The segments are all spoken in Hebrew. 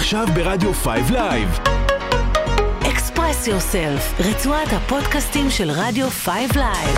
עכשיו ברדיו 5 לייב. Express Yourself, רצועת הפודקאסטים של רדיו 5 לייב.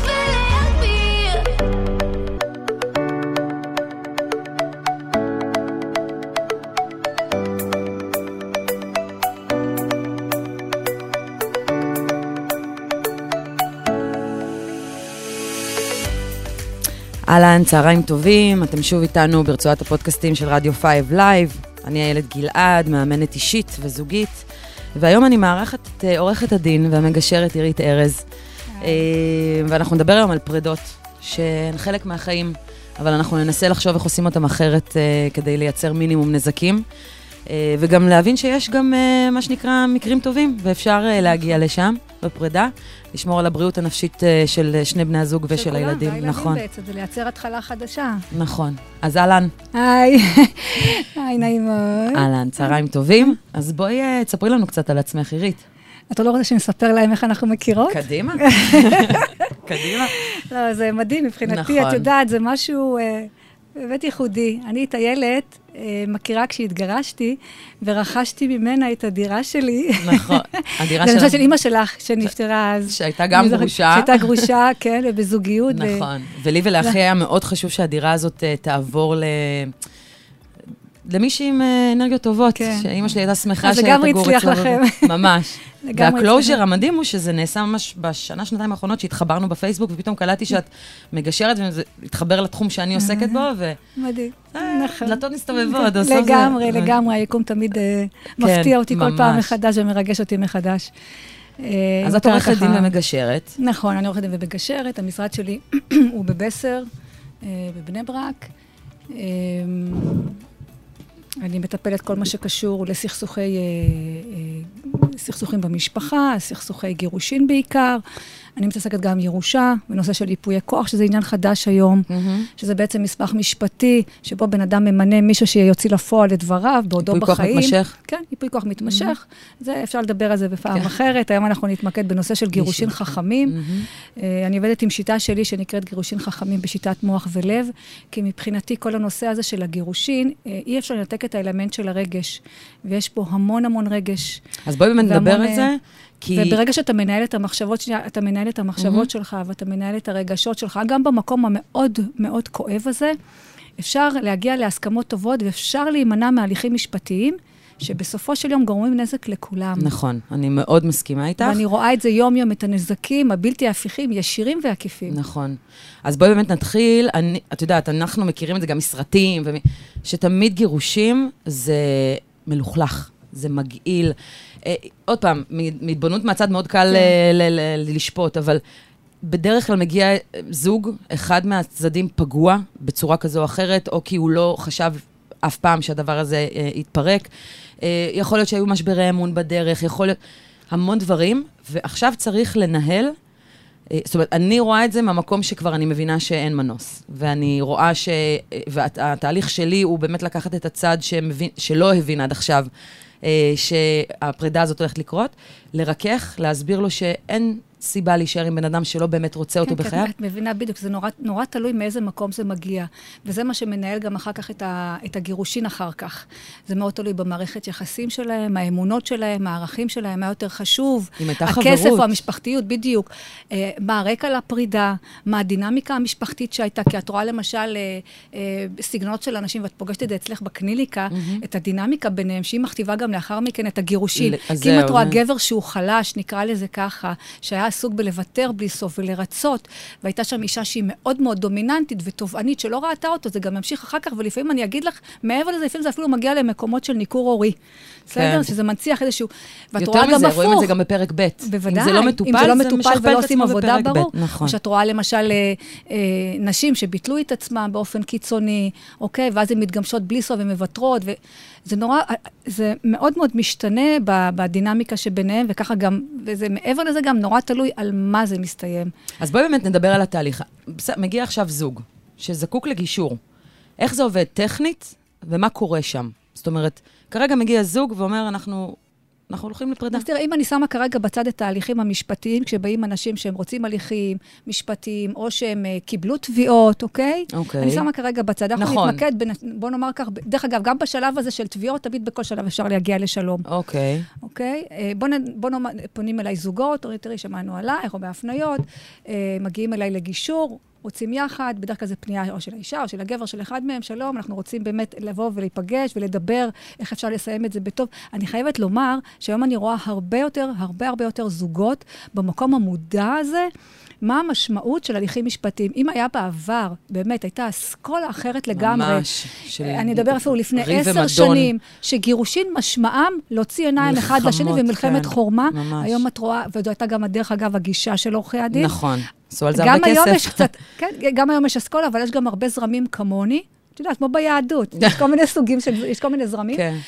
אהלן, צהריים טובים, אתם שוב איתנו ברצועת הפודקאסטים של רדיו 5 לייב. אני איילת גלעד, מאמנת אישית וזוגית, והיום אני מארחת את עורכת הדין והמגשרת עירית ארז. ואנחנו נדבר היום על פרידות, שהן חלק מהחיים, אבל אנחנו ננסה לחשוב איך עושים אותם אחרת כדי לייצר מינימום נזקים, וגם להבין שיש גם מה שנקרא מקרים טובים, ואפשר להגיע לשם בפרידה, לשמור על הבריאות הנפשית של שני בני הזוג ושל הילדים. נכון. בעצם, זה לייצר התחלה חדשה. נכון. אז אהלן. היי, נעים מאוד. אהלן, צהריים טובים. אז בואי תספרי לנו קצת על עצמך, עירית. אתה לא רוצה שנספר להם איך אנחנו מכירות? קדימה. קדימה. לא, זה מדהים מבחינתי, את יודעת, זה משהו באמת ייחודי. אני את איילת מכירה כשהתגרשתי, ורכשתי ממנה את הדירה שלי. נכון, הדירה שלה. זה של אמא שלך, שנפטרה אז. שהייתה גם גרושה. שהייתה גרושה, כן, ובזוגיות. נכון, ולי ולאחי היה מאוד חשוב שהדירה הזאת תעבור למישהי עם אנרגיות טובות, שאמא שלי הייתה שמחה שהייתה תגור אצלנו. אז זה גם הצליח לכם. ממש. והקלוז'ר המדהים הוא שזה נעשה ממש בשנה, שנתיים האחרונות, שהתחברנו בפייסבוק, ופתאום קלטתי שאת מגשרת, וזה התחבר לתחום שאני עוסקת בו, מדהים. דלתות מסתובבות. לגמרי, היקום תמיד מפתיע אותי כל פעם מחדש, ומרגש אותי מחדש. אז את עורכת דין ומגשרת. נכון, אני עורכת דין ומגשרת, המשרד שלי הוא בבסר, בבני ברק. אני מטפלת כל מה שקשור לסכסוכים במשפחה, סכסוכי גירושין בעיקר. אני מתעסקת גם ירושה, בנושא של ייפוי כוח, שזה עניין חדש היום, שזה בעצם מסמך משפטי, שבו בן אדם ממנה מישהו שיוציא לפועל את דבריו, בעודו בחיים. ייפוי כוח מתמשך? כן, ייפוי כוח מתמשך. זה אפשר לדבר על זה בפעם אחרת. היום אנחנו נתמקד בנושא של גירושין חכמים. אני עובדת עם שיטה שלי שנקראת גירושין חכמים בשיטת מוח ולב, כי מבחינתי כל הנושא הזה של הגירושין, אי אפשר לנתק את האלמנט של הרגש, ויש פה המון המון רגש. אז בואי באמת נדבר על זה. וברגע שאתה מנהל את המחשבות, אתה מנהל את המחשבות שלך, ואתה מנהל את הרגשות שלך, גם במקום המאוד מאוד כואב הזה, אפשר להגיע להסכמות טובות, ואפשר להימנע מהליכים משפטיים, שבסופו של יום גורמים נזק לכולם. נכון, אני מאוד מסכימה איתך. ואני רואה את זה יום-יום, את הנזקים הבלתי הפיכים, ישירים ועקיפים. נכון. אז בואי באמת נתחיל, את יודעת, אנחנו מכירים את זה גם מסרטים, שתמיד גירושים זה מלוכלך, זה מגעיל. עוד פעם, מתבוננות מהצד מאוד קל לשפוט, אבל בדרך כלל מגיע זוג, אחד מהצדדים פגוע בצורה כזו או אחרת, או כי הוא לא חשב אף פעם שהדבר הזה יתפרק. יכול להיות שהיו משברי אמון בדרך, יכול להיות המון דברים, ועכשיו צריך לנהל, זאת אומרת, אני רואה את זה מהמקום שכבר אני מבינה שאין מנוס, ואני רואה והתהליך שלי הוא באמת לקחת את הצד שלא הבין עד עכשיו, שהפרידה הזאת הולכת לקרות, לרכך, להסביר לו שאין סיבה להישאר עם בן אדם שלא באמת רוצה אותו בחייו. כן, את מבינה בדיוק, זה נורא תלוי מאיזה מקום זה מגיע, וזה מה שמנהל גם אחר כך את הגירושין אחר כך. זה מאוד תלוי במערכת יחסים שלהם, האמונות שלהם, הערכים שלהם, מה יותר חשוב, הכסף או המשפחתיות, בדיוק. מה הרקע לפרידה, מה הדינמיקה המשפחתית שהייתה, כי את רואה למשל סגנונות של אנשים, ואת פוגשת את זה אצלך בקליניקה, את הדינמיקה ביניהם, שהיא מכתיבה גם לאחר מכן את הגירושין. כי אם את רואה גבר שהוא חלש, נקרא לזה ככה, שהיה עסוק בלוותר בלי סוף ולרצות, והייתה שם אישה שהיא מאוד מאוד דומיננטית ותובענית, שלא ראתה אותו, זה גם ימשיך אחר כך, ולפעמים אני אגיד לך, מעבר לזה, לפעמים זה אפילו מגיע למקומות של ניכור הורי. בסדר? שזה מנציח איזשהו, ואת רואה גם הפוך. יותר מזה, רואים את זה גם בפרק ב'. בוודאי. אם זה לא מטופל, ולא עושים עבודה ברור. נכון. שאת רואה למשל נשים שביטלו את עצמם באופן קיצוני, אוקיי? ואז הן מתגמשות בלי סוף ומוותרות, וזה נורא, זה מאוד מאוד משתנה בדינמיקה שביניהם, וככה גם, וזה מעבר לזה גם נורא תלוי על מה זה מסתיים. אז בואי באמת נדבר על התהליך. מגיע עכשיו זוג, שזקוק לגישור. איך זה עובד טכנית, ומה קורה שם? זאת אומרת, כרגע מגיע זוג ואומר, אנחנו אנחנו הולכים לפרידה. אז תראה, אם אני שמה כרגע בצד את ההליכים המשפטיים, כשבאים אנשים שהם רוצים הליכים משפטיים, או שהם קיבלו תביעות, אוקיי? אני שמה כרגע בצד. אנחנו נתמקד, בוא נאמר כך, דרך אגב, גם בשלב הזה של תביעות, תמיד בכל שלב אפשר להגיע לשלום. אוקיי. אוקיי? בוא נאמר, פונים אליי זוגות, תראי, שמענו עלייך, או בהפניות, מגיעים אליי לגישור, רוצים יחד, בדרך כלל זה פנייה או של האישה או של הגבר, של אחד מהם, שלום, אנחנו רוצים באמת לבוא ולהיפגש ולדבר איך אפשר לסיים את זה בטוב. אני חייבת לומר שהיום אני רואה הרבה יותר זוגות במקום המודע הזה, מה המשמעות של הליכים משפטיים. אם היה בעבר, באמת, הייתה אסכולה אחרת לגמרי. ממש. אני אדבר אפילו לפני 10 שנים, שגירושין משמעם להוציא עיניים אחד לשני ומלחמת חורמה. היום את רואה, וזו הייתה גם הדרך אגב הגישה של עורכי הדין. נכון. עשו על זה הרבה כסף. כן, גם היום יש אסכולה, אבל יש גם הרבה זרמים כמוני. את יודעת, כמו ביהדות. יש כל מיני סוגים, יש כל מיני זרמים. כן.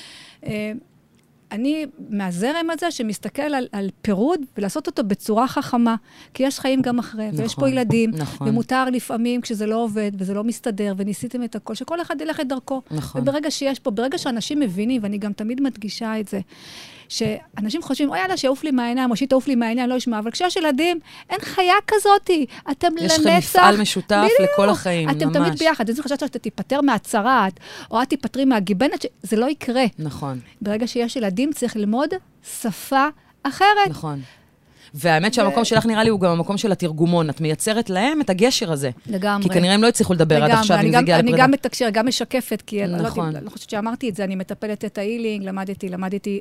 אני מהזרם הזה שמסתכל על פירוד ולעשות אותו בצורה חכמה, כי יש חיים גם אחרי, ויש פה ילדים, ומותר לפעמים כשזה לא עובד וזה לא מסתדר, וניסיתם את הכל, שכל אחד ילך את דרכו. וברגע שיש פה, ברגע שאנשים מבינים, ואני גם תמיד מדגישה את זה, שאנשים חושבים, אוי, יאללה, שיעוף לי מהעיניים, או שתעוף לי מהעיניים, לא ישמע, אבל כשיש ילדים, אין חיה כזאתי. אתם לנצח. יש לכם מפעל משותף לכל החיים, ממש. אתם תמיד ביחד. אני חושבת שאתה תיפטר מהצרת, או את תיפטרי מהגיבנת, זה לא יקרה. נכון. ברגע שיש ילדים, צריך ללמוד שפה אחרת. נכון. והאמת שהמקום שלך נראה לי הוא גם המקום של התרגומון. את מייצרת להם את הגשר הזה. לגמרי. כי כנראה הם לא הצליחו לדבר עד עכשיו אם זה הגיע לפרידה. אני גם מתקשר, גם משקפת, כי לא חושבת שאמרתי את זה, אני מטפלת את ההילינג, למדתי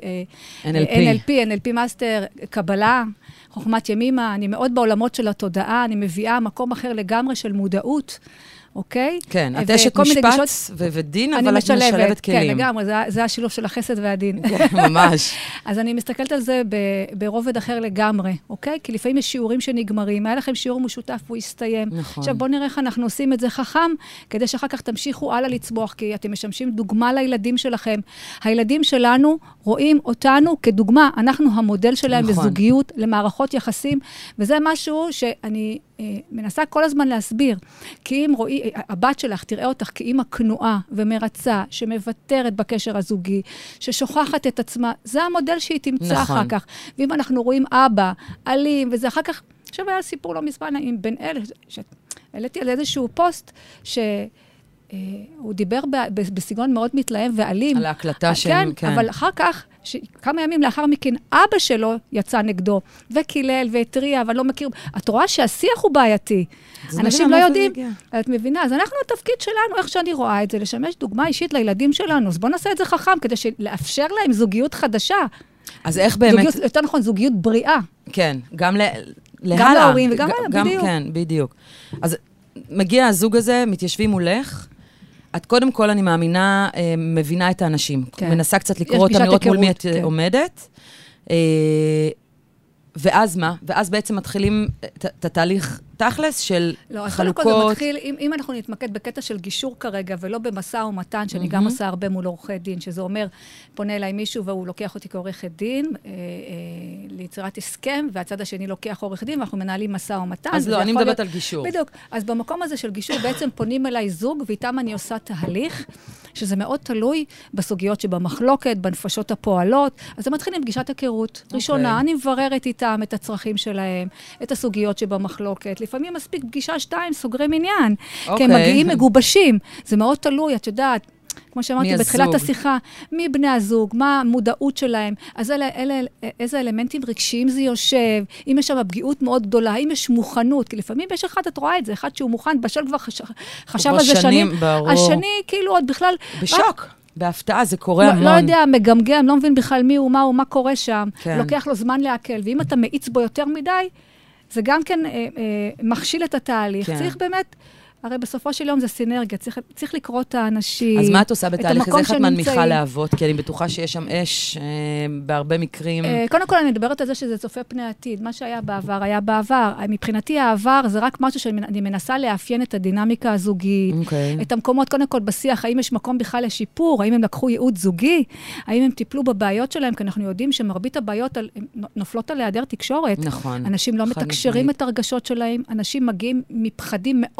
NLP מאסטר, קבלה, חוכמת ימימה, אני מאוד בעולמות של התודעה, אני מביאה מקום אחר לגמרי של מודעות. אוקיי? כן, את אשת משפט ודין, אבל את משלבת כלים. כן, לגמרי, זה השילוב של החסד והדין. ממש. אז אני מסתכלת על זה ברובד אחר לגמרי, אוקיי? כי לפעמים יש שיעורים שנגמרים, היה לכם שיעור משותף והוא יסתיים. נכון. עכשיו בואו נראה איך אנחנו עושים את זה חכם, כדי שאחר כך תמשיכו הלאה לצמוח, כי אתם משמשים דוגמה לילדים שלכם. הילדים שלנו רואים אותנו כדוגמה, אנחנו המודל שלהם לזוגיות, למערכות יחסים, וזה משהו שאני מנסה כל הזמן להסביר, כי אם הבת שלך תראה אותך כאימא כנועה ומרצה, שמוותרת בקשר הזוגי, ששוכחת את עצמה, זה המודל שהיא תמצא אחר כך. ואם אנחנו רואים אבא, אלים, וזה אחר כך, עכשיו היה סיפור לא מזמן עם בן אל, העליתי על איזשהו פוסט, הוא דיבר בסגנון מאוד מתלהם ואלים. על ההקלטה שהם, כן. אבל אחר כך, כמה ימים לאחר מכן, אבא שלו יצא נגדו, וקילל והטריע, אבל לא מכיר. את רואה שהשיח הוא בעייתי. אנשים לא יודעים. את מבינה, אז אנחנו, התפקיד שלנו, איך שאני רואה את זה, לשמש דוגמה אישית לילדים שלנו. אז בואו נעשה את זה חכם, כדי לאפשר להם זוגיות חדשה. אז איך באמת... יותר נכון, זוגיות בריאה. כן, גם להלאה. גם להורים וגם בדיוק. כן, בדיוק. אז מגיע הזוג הזה, מתיישבים מולך, את קודם כל, אני מאמינה, מבינה את האנשים. כן. מנסה קצת לקרוא אותם, לראות מול מי את עומדת. ואז מה? ואז בעצם מתחילים את התהליך תכלס של חלוקות. לא, אז זה מתחיל, אם אנחנו נתמקד בקטע של גישור כרגע, ולא במשא ומתן, שאני גם עושה הרבה מול עורכי דין, שזה אומר, פונה אליי מישהו והוא לוקח אותי כעורכת דין, ליצירת הסכם, והצד השני לוקח עורך דין, ואנחנו מנהלים משא ומתן. אז לא, אני מדברת על גישור. בדיוק. אז במקום הזה של גישור, בעצם פונים אליי זוג, ואיתם אני עושה תהליך, שזה מאוד תלוי בסוגיות שבמחלוקת, בנפשות הפועלות. אז זה מתחיל עם פגישת היכרות. ראשונה, אני מבררת איתם את הצרכים שלהם, את הסוגיות שבמחלוקת. לפעמים מספיק פגישה 2, סוגרים עניין. כי הם מגיעים מגובשים. זה מאוד תלוי, את יודעת, כמו שאמרתי בתחילת השיחה, מי בני הזוג, מה המודעות שלהם, אז איזה אלמנטים רגשיים זה יושב, אם יש שם פגיעות מאוד גדולה, אם יש מוכנות, כי לפעמים יש אחד, את רואה את זה, אחד שהוא מוכן, בשל כבר חשב על זה שנים, השני כאילו עוד בכלל... בשוק. בהפתעה, זה קורה המון. לא יודע, מגמגם, לא מבין בכלל מי הוא, מה קורה שם, לוקח לו זמן להקל, ואם אתה מאיץ בו יותר מדי, זה גם כן מכשיל את התהליך. צריך באמת, הרי בסופו של יום זה סינרגיה, צריך לקרוא את האנשים. אז מה את עושה בתהליך הזה? איך את מנמיכה להבות? כי אני בטוחה שיש שם אש בהרבה מקרים. קודם כל אני מדברת על זה שזה צופה פני עתיד. מה שהיה בעבר, היה בעבר. מבחינתי העבר זה רק משהו שאני מנסה לאפיין את הדינמיקה הזוגית. את המקומות, קודם כל בשיח, האם יש מקום בכלל לשיפור? האם הם לקחו ייעוד זוגי? האם הם טיפלו בבעיות שלהם? כי אנחנו יודעים שמרבית הבעיות נופלות על היעדר תקשורת. נכון. אנשים לא מתקשרים את הרגשות שלהם. אנשים מגיעים מפחדים מאוד עמוקים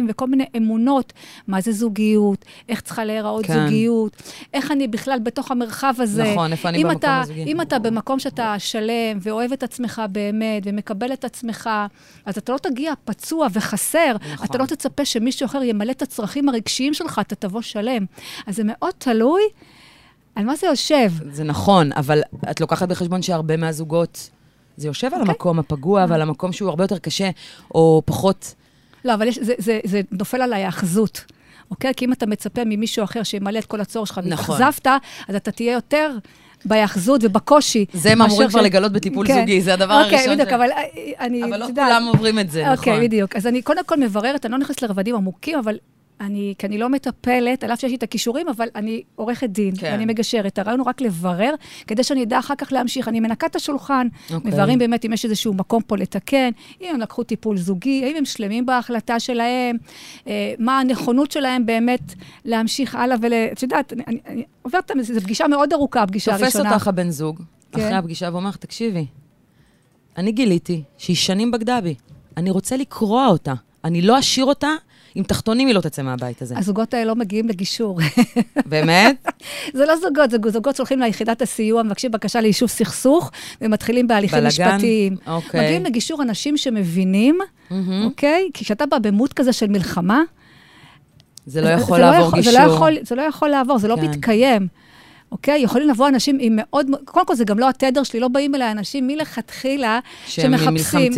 חוקים וכל מיני אמונות, מה זה זוגיות, איך צריכה להיראות זוגיות, איך אני בכלל בתוך המרחב הזה. נכון, איפה אני במקום הזוגי. אם אתה במקום שאתה שלם ואוהב את עצמך באמת, ומקבל את עצמך, אז אתה לא תגיע פצוע וחסר, נכון. אתה לא תצפה שמישהו אחר ימלא את הצרכים הרגשיים שלך, אתה תבוא שלם. אז זה מאוד תלוי על מה זה יושב. זה נכון, אבל את לוקחת בחשבון שהרבה מהזוגות, זה יושב על המקום הפגוע, ועל המקום שהוא הרבה יותר קשה, או פחות... לא, אבל זה נופל על ההאחזות. אוקיי? כי אם אתה מצפה ממישהו אחר שימלא את כל הצורך שלך, והתאכזבת, אז אתה תהיה יותר בהאחזות ובקושי. זה מה אמורים כבר לגלות בטיפול זוגי, זה הדבר הראשון. אוקיי, בדיוק, אבל אני... אבל לא כולם עוברים את זה, נכון. אוקיי, בדיוק. אז אני קודם כל מבררת, אני לא נכנסת לרבדים עמוקים, אבל כי אני לא מטפלת, על אף שיש לי את הכישורים, אבל אני עורכת דין, ואני מגשרת. הרעיון הוא רק לברר, כדי שאני אדע אחר כך להמשיך. אני מנקה את השולחן, מבררים באמת אם יש איזשהו מקום פה לתקן, אם הם לקחו טיפול זוגי, האם הם שלמים בהחלטה שלהם, מה הנכונות שלהם באמת להמשיך הלאה את יודעת, אני עוברת, זו פגישה מאוד ארוכה, הפגישה הראשונה. תופס אותך הבן זוג, אחרי הפגישה, ואומר, תקשיבי, אני גיליתי שהיא שנים בגדה בי. אני רוצה לקרוע אותה. אני לא אשאיר אותה, עם תחתונים היא לא תצא מהבית הזה. הזוגות האלה לא מגיעים לגישור. באמת? זה לא זוגות, זה זוגות שהולכים ליחידת הסיוע, מבקשים בקשה ליישוב סכסוך, ומתחילים בהליכים משפטיים. מגיעים לגישור אנשים שמבינים, אוקיי? כי כשאתה בא במות כזה של מלחמה, זה לא יכול לעבור גישור. זה לא יכול לעבור, זה לא מתקיים. אוקיי? יכולים לבוא אנשים עם מאוד... קודם כל, זה גם לא התדר שלי, לא באים אליי אנשים מלכתחילה שמחפשים.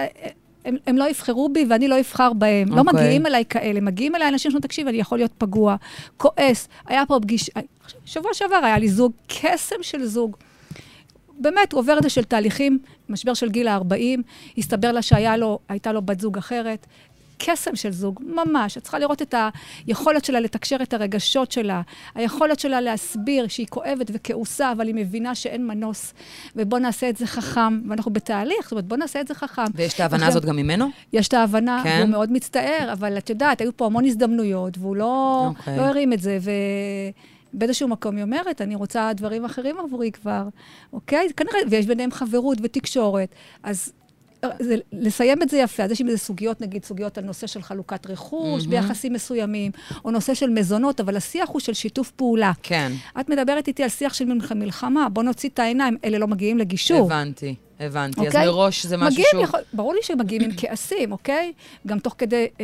הם לא יבחרו בי ואני לא אבחר בהם. לא מגיעים אליי כאלה, מגיעים אליי אנשים שאומרים, תקשיב, אני יכול להיות פגוע, כועס. היה פה פגישה, שבוע שעבר היה לי זוג, קסם של זוג. באמת, הוא עובר את זה של תהליכים, משבר של גיל ה-40, הסתבר לה שהייתה לו בת זוג אחרת. קסם של זוג, ממש. את צריכה לראות את היכולת שלה לתקשר את הרגשות שלה, היכולת שלה להסביר שהיא כואבת וכעוסה, אבל היא מבינה שאין מנוס, ובוא נעשה את זה חכם, ואנחנו בתהליך, זאת אומרת, בוא נעשה את זה חכם. ויש את ההבנה הזאת גם ממנו? יש את ההבנה, והוא מאוד מצטער, אבל את יודעת, היו פה המון הזדמנויות, והוא לא הרים את זה, באיזשהו מקום היא אומרת, אני רוצה דברים אחרים עבורי כבר, אוקיי? כנראה, ויש ביניהם חברות ותקשורת, אז לסיים את זה יפה, אז יש עם איזה סוגיות, נגיד סוגיות על נושא של חלוקת רכוש, ביחסים מסוימים, או נושא של מזונות, אבל השיח הוא של שיתוף פעולה. כן. את מדברת איתי על שיח של מלחמה, בוא נוציא את העיניים, אלה לא מגיעים לגישור. הבנתי. אז מראש זה משהו שהוא... ברור לי שמגיעים עם כעסים, אוקיי? גם תוך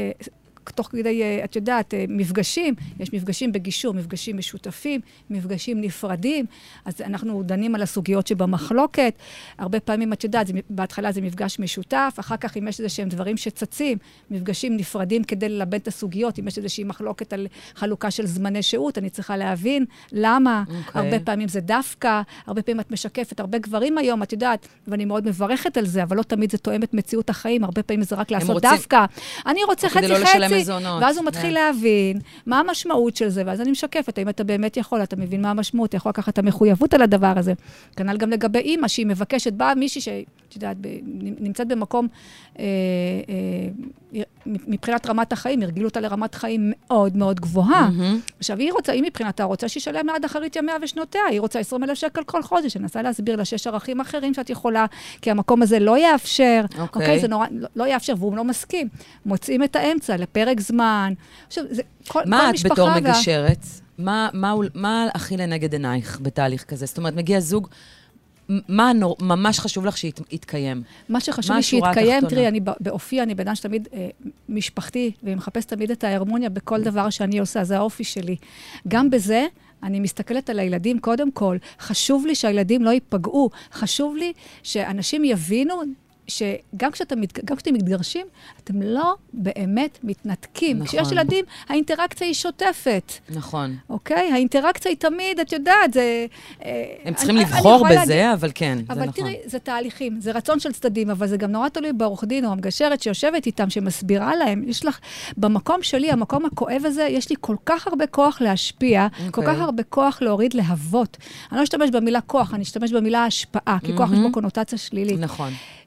כדי, את יודעת, מפגשים, יש מפגשים בגישור, מפגשים משותפים, מפגשים נפרדים, אז אנחנו דנים על הסוגיות שבמחלוקת, הרבה פעמים, את יודעת, בהתחלה זה מפגש משותף, אחר כך אם יש איזשהם דברים שצצים, מפגשים נפרדים כדי ללבן את הסוגיות, אם יש איזושהי מחלוקת על חלוקה של זמני שהות, אני צריכה להבין למה, הרבה פעמים זה דווקא, הרבה פעמים את משקפת, הרבה גברים היום, את יודעת, ואני מאוד מברכת על זה, אבל לא תמיד זה תואם את מציאות החיים, הרבה פעמים זה רק לעשות דווקא. אני רוצה חצי, ואז הוא מתחיל להבין מה המשמעות של זה, ואז אני משקפת, אם אתה באמת יכול, אתה מבין מה המשמעות, אתה יכול לקחת את המחויבות על הדבר הזה. כנ"ל גם לגבי אמא, שהיא מבקשת, באה מישהי שתדעת, נמצאת במקום, מבחינת רמת החיים, הרגיל אותה לרמת חיים מאוד מאוד גבוהה. עכשיו, היא מבחינתה רוצה שישלם מעד אחרית ימיה ושנותיה, היא רוצה 20,000 שקל כל חודש, אני מנסה להסביר לה שיש ערכים אחרים שאת יכולה, כי המקום הזה לא יאפשר, אוקיי, זה נורא, לא יאפשר, והוא לא מסכים. מוצאים את האמצע לפרק זמן. עכשיו, זה כל משפחה... מה את בתור מגשרת? מה הכי לנגד עינייך בתהליך כזה? זאת אומרת, מגיע זוג, מה ממש חשוב לך שיתקיים? מה שחשוב לי שיתקיים, תראי, אני באופי, אני בן שתמיד משפחתי, ומחפש תמיד את ההרמוניה בכל דבר שאני עושה, זה האופי שלי. גם בזה, אני מסתכלת על הילדים קודם כל, חשוב לי שהילדים לא ייפגעו, חשוב לי שאנשים יבינו שגם כשאתם מתגרשים, אתם לא באמת מתנתקים. נכון. כשיש ילדים, האינטראקציה היא שוטפת. נכון. אוקיי? האינטראקציה היא תמיד, את יודעת, זה... הם צריכים לבחור בזה, אבל כן, זה נכון. אבל תראי, זה תהליכים, זה רצון של צדדים, אבל זה גם נורא תלוי בעורך דין או המגשרת שיושבת איתם, שמסבירה להם. יש לך, במקום שלי, המקום הכואב הזה, יש לי כל כך הרבה כוח להשפיע, כל כך הרבה כוח להוריד להבות. אני לא אשתמש במילה כוח, אני אשתמש במילה השפעה, כי כוח יש בו קונוטציה שלילית. נכון.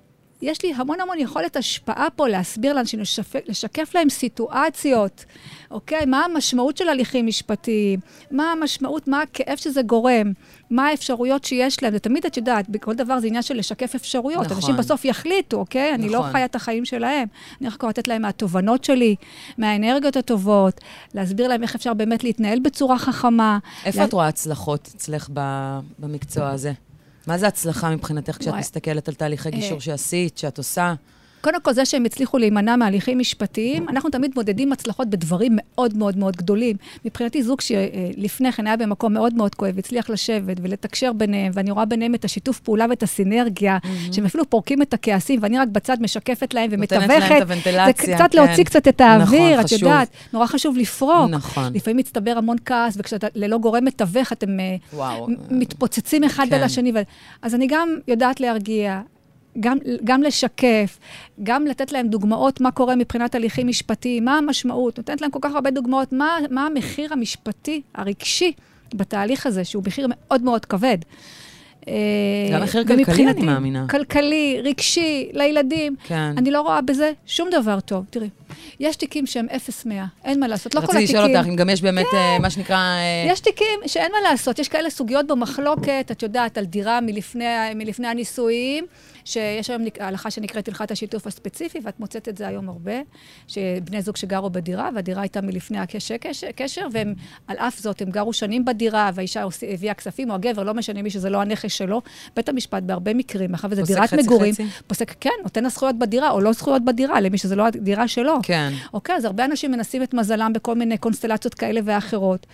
יש לי המון יכולת השפעה פה להסביר לאנשים, לשקף להם סיטואציות, אוקיי? מה המשמעות של הליכים משפטיים? מה המשמעות, מה הכאב שזה גורם? מה האפשרויות שיש להם? זה תמיד את יודעת, בכל דבר זה עניין של לשקף אפשרויות. נכון. אנשים בסוף יחליטו, אוקיי? נכון. אני לא חיה את החיים שלהם. אני רק לתת להם מהתובנות שלי, מהאנרגיות הטובות, להסביר להם איך אפשר באמת להתנהל בצורה חכמה. איפה את רואה הצלחות אצלך במקצוע הזה? מה זה הצלחה מבחינתך כשאת מסתכלת על תהליכי גישור שעשית, שאת עושה? קודם כל, זה שהם הצליחו להימנע מהליכים משפטיים, אנחנו תמיד מודדים הצלחות בדברים מאוד מאוד מאוד גדולים. מבחינתי זוג שלפני כן היה במקום מאוד מאוד כואב, הצליח לשבת ולתקשר ביניהם, ואני רואה ביניהם את השיתוף פעולה ואת הסינרגיה, שהם אפילו פורקים את הכעסים, ואני רק בצד משקפת להם ומתווכת. זה קצת להוציא קצת את האוויר, את יודעת, נורא חשוב לפרוק. לפעמים מצטבר המון כעס, וכשאתה ללא גורם מתווך, אתם מתפוצצים אחד על השני. אז אני גם יודעת להרגיע, גם לשקף, גם לתת להם דוגמאות מה קורה מבחינת הליכים משפטיים, מה המשמעות, נותנת להם כל כך הרבה דוגמאות, מה המחיר המשפטי, הרגשי, בתהליך הזה, שהוא מחיר מאוד מאוד כבד. גם מחיר כלכלי, אני מאמינה. כלכלי, רגשי, לילדים. כן. אני לא רואה בזה שום דבר טוב. תראי, יש תיקים שהם 0-100, אין מה לעשות. לא כל התיקים. רציתי לשאול אותך, אם גם יש באמת מה שנקרא... יש תיקים שאין מה לעשות. יש כאלה סוגיות במחלוקת, את יודעת, על דירה מלפני הנישואים, שיש היום הלכה שנקראת הלכת השיתוף הספציפי, ואת מוצאת את זה היום הרבה, שבני זוג שגרו בדירה, והדירה הייתה מלפני הקשר, והם, על אף זאת, הם גרו שנים בדירה, והאישה הביאה כספים, או הגבר, לא משנה מי שזה לא הנכס שלו, בית המשפט בהרבה מקרים, מאחר וזה דירת מגורים, פוסק, כן, נותן זכויות בדירה, או לא זכויות בדירה, למי שזה לא הדירה שלו. כן. אוקיי, אז הרבה אנשים מנסים את מזלם בכל מיני קונסטלציות כאלה ואחרות.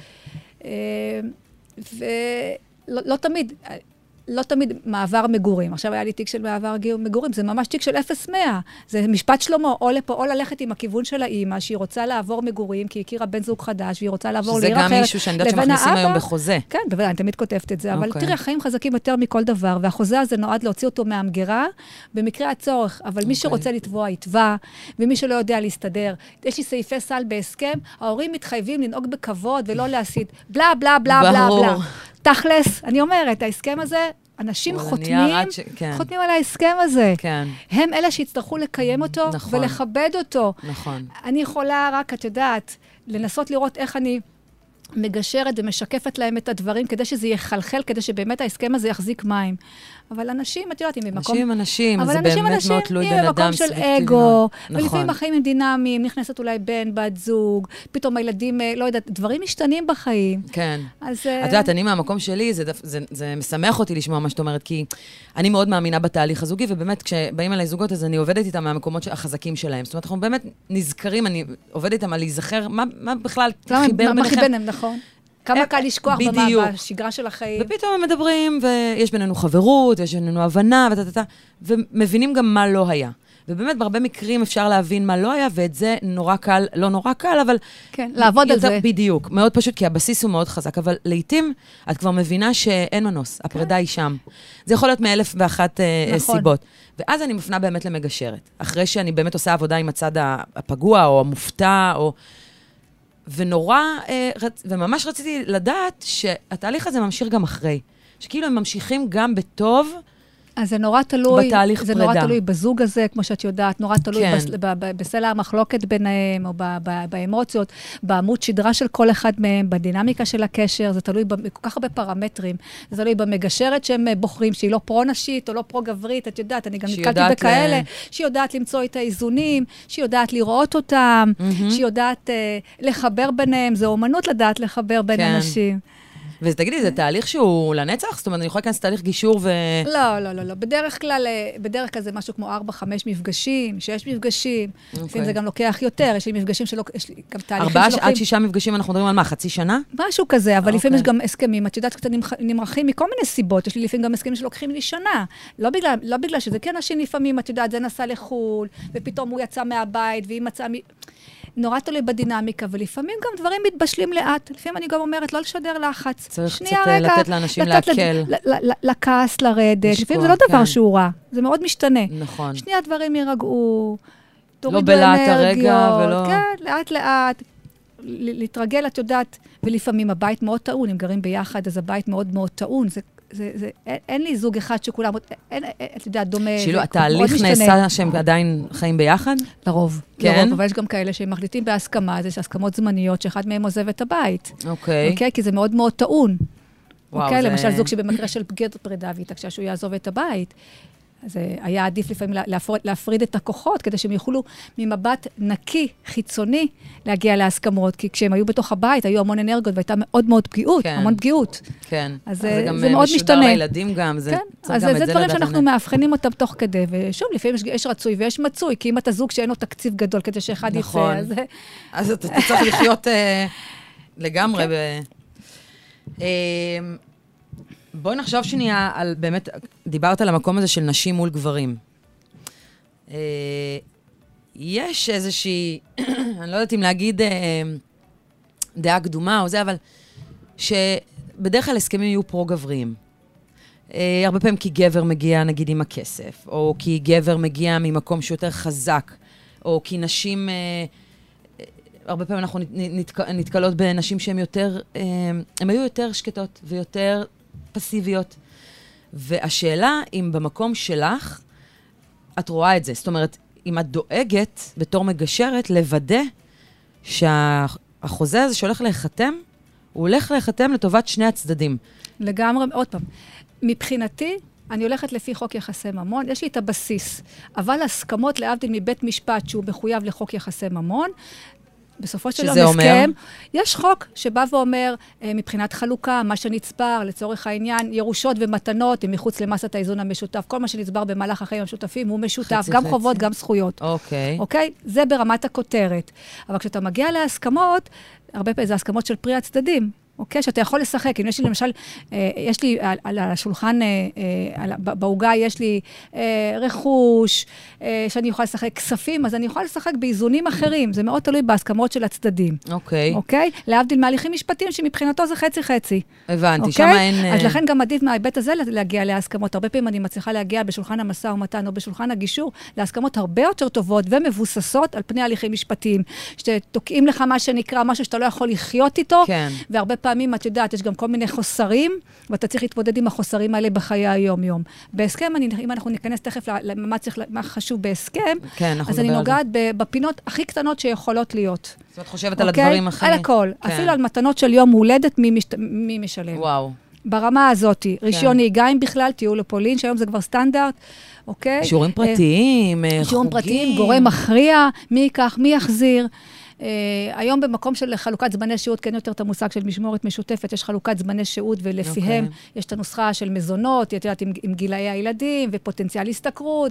לא תמיד מעבר מגורים. עכשיו היה לי תיק של מעבר מגורים, זה ממש תיק של 0-100. זה משפט שלמה, או לפה, או ללכת עם הכיוון של האמא, שהיא רוצה לעבור מגורים, כי היא הכירה בן זוג חדש, והיא רוצה לעבור לעיר אחרת. שזה גם מישהו שאני יודעת שמכניסים היום בחוזה. כן, בוודאי, אני תמיד כותבת את זה. אבל תראי, החיים חזקים יותר מכל דבר, והחוזה הזה נועד להוציא אותו מהמגרה, במקרה הצורך. אבל מי שרוצה לתבוע, יתבע, ומי שלא יודע להסתדר. יש לי סעיפי סל בהסכם, ההורים מתחייבים לנהוג בכבוד ולא להסית. בלה, בלה, בלה, בלה, בלה. תכלס, אני אומרת, ההסכם הזה, אנשים חותמים על ההסכם הזה. הם אלה שיצטרכו לקיים אותו ולכבד אותו. אני יכולה רק, את יודעת, לנסות לראות איך אני מגשרת ומשקפת להם את הדברים, כדי שזה יחלחל, כדי שבאמת ההסכם הזה יחזיק מים. אבל אנשים, את יודעת, אם במקום... אנשים, זה באמת מאוד תלוי בן אדם. של אגו, ולפעמים החיים הם דינמיים, נכנסת אולי בן, בת זוג, פתאום הילדים, לא יודעת, דברים משתנים בחיים. כן. את יודעת, אני מהמקום שלי, זה משמח אותי לשמוע מה שאת אומרת, כי אני מאוד מאמינה בתהליך הזוגי, ובאמת, כשבאים אליי זוגות, אז אני עובדת איתם מהמקומות החזקים שלהם. זאת אומרת, אנחנו באמת נזכרים, אני עובדת איתם על להיזכר, מה בכלל חיבר ביניכם. נכון. כמה קל לשכוח בשגרה של החיים. ופתאום הם מדברים, ויש בינינו חברות, ויש בינינו הבנה, ומבינים גם מה לא היה. ובאמת, בהרבה מקרים אפשר להבין מה לא היה, ואת זה נורא קל, לא נורא קל, אבל... כן, לעבוד על זה. בדיוק, מאוד פשוט, כי הבסיס הוא מאוד חזק, אבל לעתים את כבר מבינה שאין מנוס, הפרידה היא שם. זה יכול להיות מ1,001 סיבות. ואז אני מפנה באמת למגשרת. אחרי שאני באמת עושה עבודה עם הצד הפגוע, או המופתע, או... וממש רציתי לדעת שהתהליך הזה ממשיך גם אחרי. שכאילו הם ממשיכים גם בטוב, אז זה נורא תלוי, בתהליך פרידה. זה נורא תלוי בזוג הזה, כמו שאת יודעת, נורא תלוי בסלע המחלוקת ביניהם, או באמוציות, בעמוד שדרה של כל אחד מהם, בדינמיקה של הקשר, זה תלוי כל כך הרבה פרמטרים. זה תלוי במגשרת שהם בוחרים, שהיא לא פרו-נשית או לא פרו-גברית, את יודעת, אני גם נתקלתי בכאלה, שהיא יודעת למצוא את האיזונים, שהיא יודעת לראות אותם, שהיא יודעת לחבר ביניהם, זה אומנות לדעת לחבר בין אנשים. ותגידי, זה תהליך שהוא לנצח? זאת אומרת, אני יכולה להיכנס תהליך גישור ו... לא. בדרך כלל זה משהו כמו 4-5 מפגשים, 6 מפגשים. לפעמים זה גם לוקח יותר, יש לי מפגשים שלא... יש לי גם תהליכים שלוקחים... 4 עד 6 מפגשים, אנחנו מדברים על מה? חצי שנה? משהו כזה, אבל לפעמים יש גם הסכמים. את יודעת, קצת נמרחים מכל מיני סיבות. יש לי לפעמים גם הסכמים שלוקחים לי שנה. לא בגלל שזה כן אנשים לפעמים, את יודעת, זה נסע לחול, ופתאום הוא יצא מהבית, והיא מצאה... נורא תלוי בדינמיקה, ולפעמים גם דברים מתבשלים לאט. לפעמים אני גם אומרת, לא לשדר לחץ. צריך קצת לתת לאנשים להקל. לכעס, לרדת. לפעמים זה לא דבר שהוא רע. זה מאוד משתנה. נכון. שנייה דברים יירגעו, לא בלעת הרגע ולא... כן, לאט לאט. להתרגל, את יודעת, ולפעמים הבית מאוד טעון, אם גרים ביחד, אז הבית מאוד מאוד טעון. אין לי זוג אחד שכולם, את יודעת, דומה. שילו, התהליך נעשה שהם עדיין חיים ביחד? לרוב. כן? לרוב, אבל יש גם כאלה שהם מחליטים בהסכמה, זה הסכמות זמניות, שאחד מהם עוזב את הבית. אוקיי. אוקיי? כי זה מאוד מאוד טעון. וואו, אוקיי? זה... למשל, זוג שבמקרה של פרידה והתעקשה שהוא יעזוב את הבית. אז היה עדיף לפעמים להפריד את הכוחות, כדי שהם יוכלו ממבט נקי, חיצוני, להגיע להסכמות. כי כשהם היו בתוך הבית, היו המון אנרגיות, והייתה מאוד מאוד פגיעות, כן. המון פגיעות. כן. אז זה גם זה מאוד משודר משתנה. לילדים גם, זה כן. אז זה דברים שאנחנו מאבחנים אותם תוך כדי, ושוב, לפעמים יש רצוי ויש מצוי, כי אם אתה זוג שאין לו תקציב גדול כדי שאחד נכון. יצא, אז אתה צריך לחיות לגמרי. בואי נחשוב שנייה על, באמת, דיברת על המקום הזה של נשים מול גברים. יש איזושהי, אני לא יודעת אם להגיד דעה קדומה או זה, אבל שבדרך כלל הסכמים יהיו פרו-גבריים. הרבה פעמים כי גבר מגיע, נגיד, עם הכסף, או כי גבר מגיע ממקום שיותר חזק, או כי נשים, הרבה פעמים אנחנו נתקלות בנשים שהן יותר, הן היו יותר שקטות ויותר פסיביות. והשאלה, אם במקום שלך, את רואה את זה. זאת אומרת, אם את דואגת בתור מגשרת, לוודא שהחוזה הזה שהולך להיחתם, הוא הולך להיחתם לטובת שני הצדדים. לגמרי, עוד פעם. מבחינתי, אני הולכת לפי חוק יחסי ממון, יש לי את הבסיס, אבל הסכמות להבדיל מבית משפט שהוא מחויב לחוק יחסי ממון, בסופו של יום הסכם, יש חוק שבא ואומר, מבחינת חלוקה, מה שנצבר, לצורך העניין, ירושות ומתנות, הם מחוץ למסת האיזון המשותף, כל מה שנצבר במהלך החיים המשותפים הוא משותף, גם חובות, גם זכויות. אוקיי? זה ברמת הכותרת. אבל כשאתה מגיע להסכמות, הרבה פעמים זה הסכמות של פרי הצדדים. אוקיי? שאתה יכול לשחק. אם יש לי למשל, יש לי על השולחן, בעוגה יש לי רכוש, שאני יכולה לשחק כספים, אז אני יכולה לשחק באיזונים אחרים. זה מאוד תלוי בהסכמות של הצדדים. אוקיי. אוקיי? להבדיל מהליכים משפטיים שמבחינתו זה חצי-חצי. הבנתי, שמה אין... אז לכן גם עדיף מההיבט הזה להגיע להסכמות. הרבה פעמים אני מצליחה להגיע בשולחן המשא ומתן או בשולחן הגישור, להסכמות הרבה יותר טובות ומבוססות על פני הליכים משפטיים. שתוקעים לך מה שנקרא, משהו שאתה לא יכול לחיות איתו, כן. והרבה פעמים, את יודעת, יש גם כל מיני חוסרים, ואתה צריך להתמודד עם החוסרים האלה בחיי היום-יום. בהסכם, אם אנחנו ניכנס תכף מה חשוב בהסכם, כן, אז אני נוגעת בפינות הכי קטנות שיכולות להיות. זאת אומרת, חושבת על הדברים הכי... על הכל. אפילו על מתנות של יום הולדת, מי משלם. וואו. ברמה הזאת, רישיון נהיגה אם בכלל, טיול לפולין, שהיום זה כבר סטנדרט, אוקיי? שיעורים פרטיים, חוגים. שיעורים פרטיים, גורם מכריע, מי ייקח, מי יחזיר. היום במקום של חלוקת זמני שהות, כן יותר את המושג של משמורת משותפת, יש חלוקת זמני שהות, ולפיהם יש את הנוסחה של מזונות, את יודעת, עם גילאי הילדים, ופוטנציאל הסתכרות,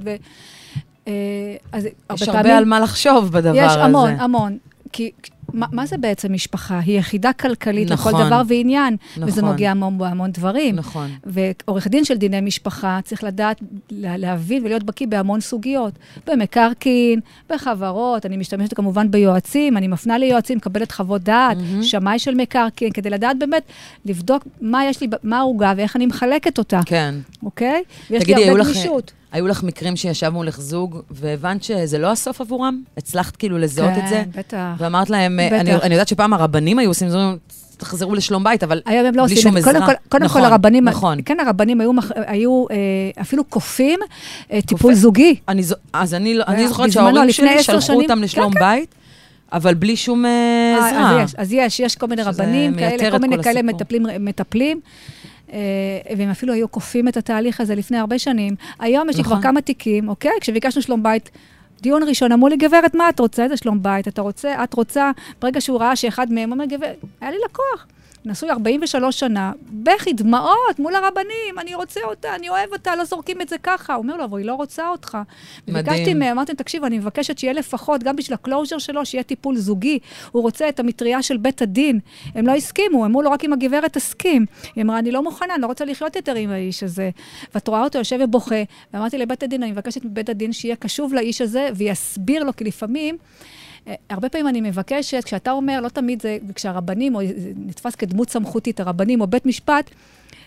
יש הרבה על מה לחשוב בדבר הזה. יש המון, המון. כי מה זה בעצם משפחה? היא יחידה כלכלית לכל דבר ועניין, וזה נוגע בהמון דברים. נכון. ועורך דין של דיני משפחה צריך לדעת, להבין ולהיות בקיא בהמון סוגיות. במקרקעין, בחברות, אני משתמשת כמובן ביועצים, אני מפנה ליועצים, מקבלת חוות דעת, שמאי של מקרקעין, כדי לדעת באמת, לבדוק מה יש לי, מה העוגה ואיך אני מחלקת אותה. כן. אוקיי? ויש לי הרבה גמישות. היו לך מקרים שישב מולך זוג, והבנת שזה לא הסוף עבורם? הצלחת כאילו לזהות את זה? כן, בטח. ואמרת להם, אני יודעת שפעם הרבנים היו עושים, תחזרו לשלום בית, אבל בלי שום עזרה. קודם כל הרבנים, כן, הרבנים היו אפילו קופים טיפול זוגי. אז אני זוכרת שההורים שלי שלחו אותם לשלום בית, אבל בלי שום עזרה. אז יש כל מיני רבנים כאלה, כל מיני כאלה מטפלים. והם אפילו היו קופים את התהליך הזה לפני הרבה שנים. היום יש לי כבר כמה תיקים, אוקיי? כשביקשנו שלום בית, דיון ראשון, אמרו לי, גברת, מה את רוצה? איזה שלום בית? אתה רוצה? את רוצה? ברגע שהוא ראה שאחד מהם אומר, גברת, היה לי לקוח. נשוי 43 שנה, בכי, דמעות, מול הרבנים, אני רוצה אותה, אני אוהב אותה, לא זורקים את זה ככה. הוא אומר לו, אבל היא לא רוצה אותך. וביקשתי מהם, אמרתי, תקשיב, אני מבקשת שיהיה לפחות, גם בשביל הקלוז'ר שלו, שיהיה טיפול זוגי. הוא רוצה את המטריה של בית הדין. הם לא הסכימו, אמרו לו, רק אם הגברת תסכים. היא אמרה, אני לא מוכנה, אני לא רוצה לחיות יותר עם האיש הזה. ואת רואה אותו, יושב ובוכה, ואמרתי לבית הדין, אני מבקשת מבית הדין שיהיה קשוב לאיש הזה, ויסביר לו, כי לפעמים הרבה פעמים אני מבקשת, כשאתה אומר, לא תמיד זה, כשהרבנים, או נתפס כדמות סמכותית, הרבנים או בית משפט,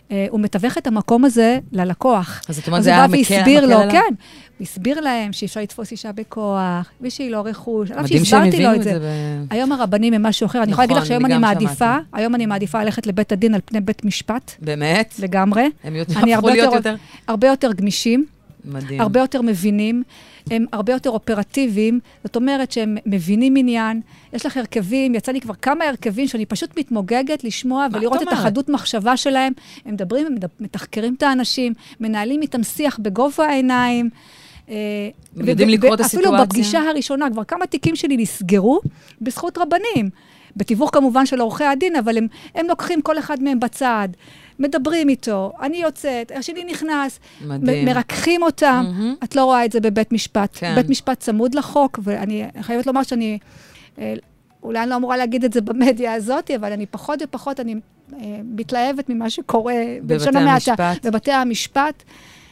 הוא מתווך את המקום הזה ללקוח. אז זאת אומרת, זה היה מקל לו, כן. הוא הסביר להם שאי אפשר לתפוס אישה בכוח, ושהיא לא רכוש. מדהים שהם הבינו את זה. היום הרבנים הם משהו אחר. אני יכולה להגיד לך שהיום אני מעדיפה ללכת לבית הדין על פני בית משפט. באמת? לגמרי. הם הפכו להיות יותר? הרבה יותר גמישים. מדהים. הרבה יותר מבינים, הם הרבה יותר אופרטיביים, זאת אומרת שהם מבינים עניין, יש לך הרכבים, יצא לי כבר כמה הרכבים שאני פשוט מתמוגגת לשמוע ולראות את החדות מחשבה שלהם, הם מדברים, הם מתחקרים את האנשים, מנהלים איתם שיח בגובה העיניים, יודעים לקרוא את הסיטואציה. אפילו בפגישה הראשונה, כבר כמה תיקים שלי נסגרו בזכות רבנים, בתיווך כמובן של עורכי הדין, אבל הם לוקחים כל אחד מהם בצד, מדברים איתו, אני יוצאת, השני נכנס, מרככים אותם, את לא רואה את זה בבית משפט. בית משפט צמוד לחוק, ואני חייבת לומר שאני, אולי אני לא אמורה להגיד את זה במדיה הזאת, אבל אני פחות ופחות, אני מתלהבת ממה שקורה בלשון המעטה, בבתי המשפט,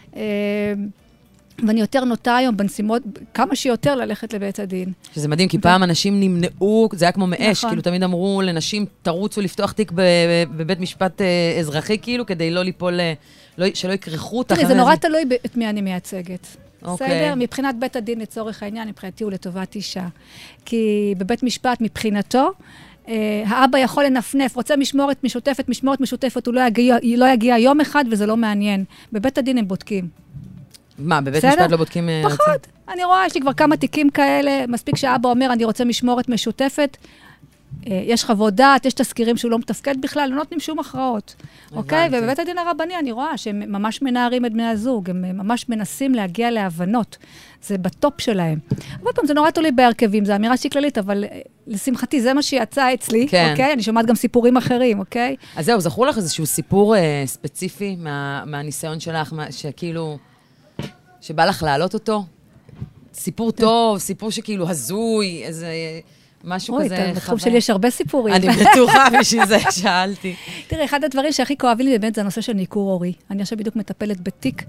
ואני יותר נוטה היום בנסימות, כמה שיותר ללכת לבית הדין. שזה מדהים, כי פעם אנשים נמנעו, זה היה כמו מאש, כאילו תמיד אמרו לנשים, תרוצו לפתוח תיק בבית משפט אזרחי, כאילו, כדי לא ליפול, שלא יקרחו אותך. תראי, זה נורא תלוי את מי אני מייצגת. בסדר? מבחינת בית הדין לצורך העניין, מבחינתי הוא לטובת אישה. כי בבית משפט, מבחינתו, האבא יכול לנפנף, רוצה משמורת משותפת, הוא לא יגיע יום אחד וזה לא מעניין. בבית הדין הם בודקים. מה, בבית משפט לא בודקים? פחות. אני רואה, יש לי כבר כמה תיקים כאלה, מספיק שהאבא אומר, אני רוצה משמורת משותפת, יש חוות דעת, יש תזכירים שהוא לא מתפקד בכלל, לא נותנים שום הכרעות. אוקיי? ובבית הדין הרבני אני רואה שהם ממש מנערים את בני הזוג, הם ממש מנסים להגיע להבנות. זה בטופ שלהם. אבל פעם, זה נורא תולי בהרכבים, זו אמירה שהיא כללית, אבל לשמחתי, זה מה שיצא אצלי, אוקיי? אני שומעת גם סיפורים אחרים, אוקיי? אז זהו, זכור לך איזשהו סיפור ספציפי מהניסיון שלך, שכאילו שבא לך להעלות אותו? סיפור טוב, סיפור שכאילו הזוי, איזה משהו כזה חווה. בתחום שלי יש הרבה סיפורים. אני בטוחה בשביל זה שאלתי. תראה, אחד הדברים שהכי כואבים לי באמת זה הנושא של ניכור הורי. אני עכשיו בדיוק מטפלת בתיק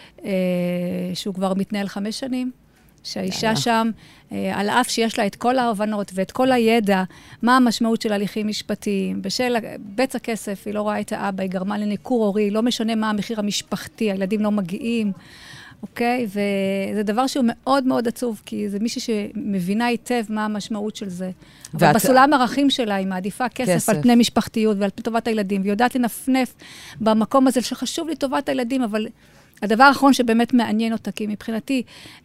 שהוא כבר מתנהל 5 שנים, שהאישה שם, על אף שיש לה את כל ההבנות ואת כל הידע, מה המשמעות של הליכים משפטיים, בשל בצע כסף, היא לא רואה את האבא, היא גרמה לניכור הורי, לא משנה מה המחיר המשפחתי, הילדים לא מגיעים. אוקיי? וזה דבר שהוא מאוד מאוד עצוב, כי זה מישהי שמבינה היטב מה המשמעות של זה. אבל בסולם ערכים שלה היא מעדיפה כסף על פני משפחתיות ועל פני טובת הילדים, והיא יודעת לנפנף במקום הזה שחשוב לי טובת הילדים, אבל הדבר האחרון שבאמת מעניין אותה, כי מבחינתי,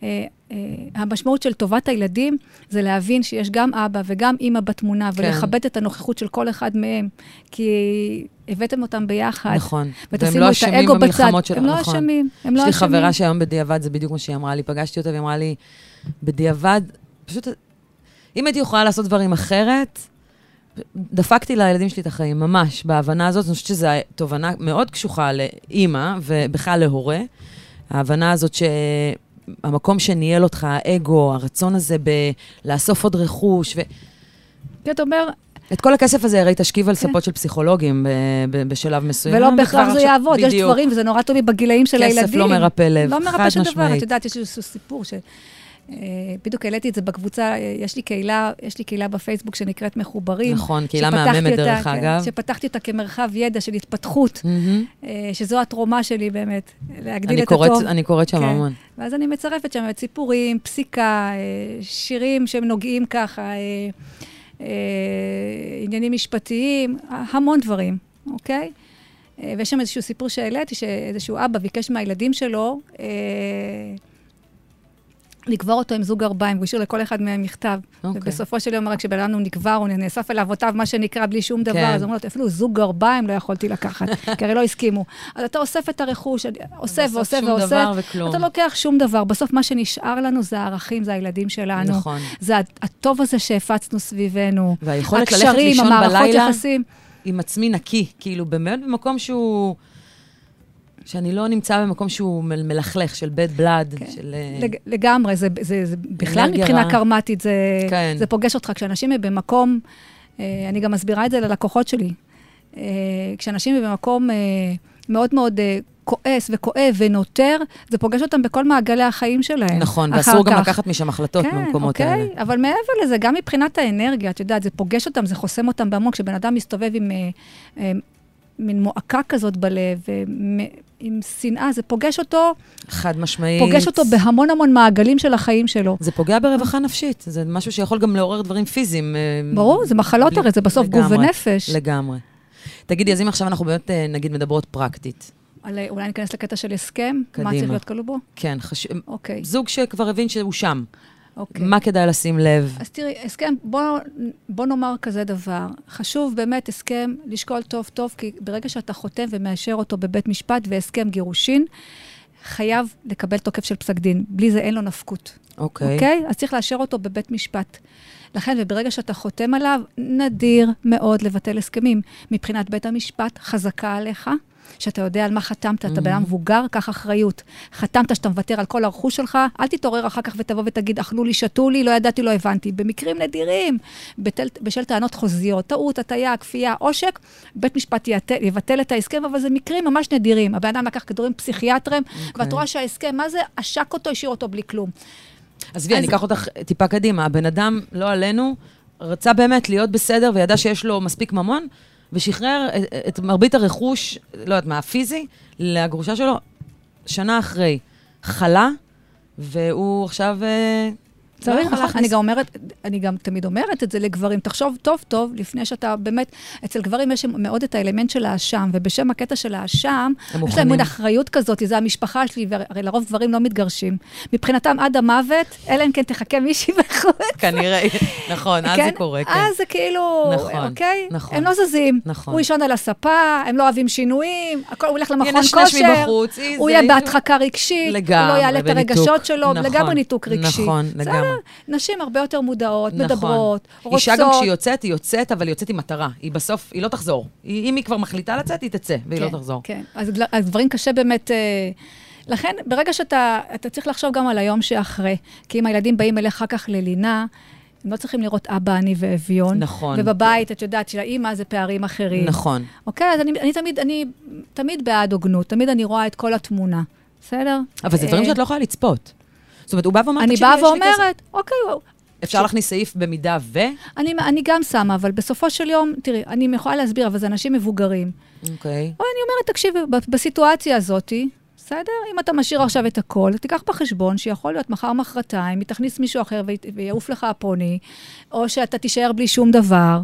המשמעות של טובת הילדים זה להבין שיש גם אבא וגם אמא בתמונה, ולכבד את הנוכחות של כל אחד מהם, כי הבאתם אותם ביחד. נכון. והם לא אשמים במלחמות שלהם. הם לא אשמים. יש לי חברה שהיום בדיעבד, זה בדיוק מה שהיא אמרה לי, פגשתי אותה והיא אמרה לי, בדיעבד, פשוט, אם הייתי יכולה לעשות דברים אחרת, דפקתי לילדים שלי את החיים, ממש, בהבנה הזאת, אני חושבת שזו תובנה מאוד קשוחה לאמא, ובכלל להורה. ההבנה הזאת שהמקום שניהל אותך, האגו, הרצון הזה לאסוף עוד רכוש, כי אתה אומר, את כל הכסף הזה הרי תשכיב על ספות של פסיכולוגים בשלב מסוים. ולא בהכרח זה יעבוד, יש דברים, וזה נורא טובי בגילאים של הילדים. כסף לא מרפא לב, לא מרפא שום דבר, את יודעת, יש איזשהו סיפור בדיוק העליתי את זה בקבוצה, יש לי קהילה בפייסבוק שנקראת מחוברים. נכון, קהילה מהממת דרך אגב. שפתחתי אותה כמרחב ידע של התפתחות, שזו התרומה שלי באמת, להגדיל את הטוב. אני קוראת שם המון. ואז אני מצרפת שם את סיפורים, פסיקה, שירים שהם נוגעים ככה, עניינים משפטיים, המון דברים, אוקיי? ויש שם איזשהו סיפור שהעליתי, שאיזשהו אבא ביקש מהילדים שלו, לקבור אותו עם זוג גרביים, הוא השאיר לכל אחד מהם מכתב. ובסופו של יום, רק כשבן אדם נקבר, הוא נאסף אל אבותיו, מה שנקרא, בלי שום דבר. אז הוא אומר לו, אפילו זוג גרביים לא יכולתי לקחת, כי הרי לא הסכימו. אז אתה אוסף את הרכוש, אוסף ואוסף ואוסף, אתה לוקח שום דבר. בסוף מה שנשאר לנו זה הערכים, זה הילדים שלנו. נכון. זה הטוב הזה שהפצנו סביבנו. והיכולת ללכת לישון בלילה עם עצמי נקי, כאילו באמת במקום שאני לא נמצא במקום שהוא מלכלך, של בית בלד. לגמרי, זה בכלל מבחינה קרמטית, זה פוגש אותך. כשאנשים הם במקום, אני גם מסבירה את זה ללקוחות שלי, כשאנשים הם במקום מאוד מאוד כועס וכואב ונותר, זה פוגש אותם בכל מעגלי החיים שלהם. נכון, ואסור גם לקחת משם החלטות במקומות האלה. כן, אבל מעבר לזה, גם מבחינת האנרגיה, את יודעת, זה פוגש אותם, זה חוסם אותם בהמון, כשבן אדם מסתובב עם מין מועקה כזאת בלב, עם שנאה, זה פוגש אותו, חד משמעית. פוגש אותו בהמון המון מעגלים של החיים שלו. זה פוגע ברווחה נפשית, זה משהו שיכול גם לעורר דברים פיזיים. ברור, זה מחלות הרי, זה בסוף גוף ונפש. לגמרי. תגידי, אז אם עכשיו אנחנו באמת, נגיד, מדברות פרקטית. אולי ניכנס לקטע של הסכם? קדימה. מה צריך להיות כלוא בו? כן, אוקיי. זוג שכבר הבין שהוא שם. אוקיי. מה כדאי לשים לב? אז תראי, הסכם, בוא נאמר כזה דבר. חשוב באמת הסכם לשקול טוב טוב, כי ברגע שאתה חותם ומאשר אותו בבית משפט והסכם גירושין, חייב לקבל תוקף של פסק דין. בלי זה אין לו נפקות. אוקיי. אוקיי? אז צריך לאשר אותו בבית משפט. לכן, וברגע שאתה חותם עליו, נדיר מאוד לבטל הסכמים. מבחינת בית המשפט, חזקה עליך, שאתה יודע על מה חתמת, אתה בן אדם מבוגר, קח אחריות. חתמת שאתה מוותר על כל הרכוש שלך, אל תתעורר אחר כך ותבוא ותגיד, אכלו לי, שתו לי, לא ידעתי, לא הבנתי. במקרים נדירים, בשל טענות חוזיות, טעות, הטעיה, כפייה, עושק, בית משפט יבטל את ההסכם, אבל זה מקרים ממש נדירים. הבן אדם לקח כדורים פסיכיאטריים, ואת רואה שההסכם, מה זה? עשק אותו, השאיר אותו בלי כלום. אז אני אקח אותך טיפה קדימה. הבן אדם, לא עלינו, רצה באמת להיות בסדר, וידע שיש לו מספיק ממון, ושחרר את מרבית הרכוש, לא יודעת מה, הפיזי, לגרושה שלו, שנה אחרי. חלה, והוא עכשיו... צריך, אני גם תמיד אומרת את זה לגברים. תחשוב טוב טוב, לפני שאתה באמת, אצל גברים יש מאוד את האלמנט של האשם, ובשם הקטע של האשם, יש להם מאוד אחריות כזאת, זה המשפחה שלי, והרי לרוב גברים לא מתגרשים. מבחינתם עד המוות, אלא אם כן תחכה מישהי בחוץ. כנראה, נכון, אז זה קורה, כן. אז זה כאילו, אוקיי? הם לא זזים. הוא ישון על הספה, הם לא אוהבים שינויים, הוא הולך למכון כושר, הוא יהיה בהדחקה רגשית, הוא לא יעלה את הרגשות שלו, לגמרי ניתוק רגשי. נשים הרבה יותר מודעות, מדברות, רוצות. אישה גם כשהיא יוצאת, היא יוצאת, אבל היא יוצאת עם מטרה. היא בסוף, היא לא תחזור. אם היא כבר מחליטה לצאת, היא תצא, והיא לא תחזור. כן, אז דברים קשה באמת... לכן, ברגע שאתה צריך לחשוב גם על היום שאחרי, כי אם הילדים באים אליך אחר כך ללינה, הם לא צריכים לראות אבא, אני ואביון. נכון. ובבית, את יודעת, של האמא זה פערים אחרים. נכון. אוקיי, אז אני תמיד בעד הוגנות, תמיד אני רואה את כל התמונה. בסדר? אבל זה דברים שאת לא יכולה לצפות. זאת אומרת, הוא בא ואומר, אני באה ואומרת, אוקיי, אפשר להכניס סעיף במידה ו... אני גם שמה, אבל בסופו של יום, תראי, אני יכולה להסביר, אבל זה אנשים מבוגרים. אוקיי. או אני אומרת, תקשיב, בסיטואציה הזאת, בסדר? אם אתה משאיר עכשיו את הכל, תיקח בחשבון שיכול להיות מחר מחרתיים, היא תכניס מישהו אחר ויעוף לך הפוני, או שאתה תישאר בלי שום דבר.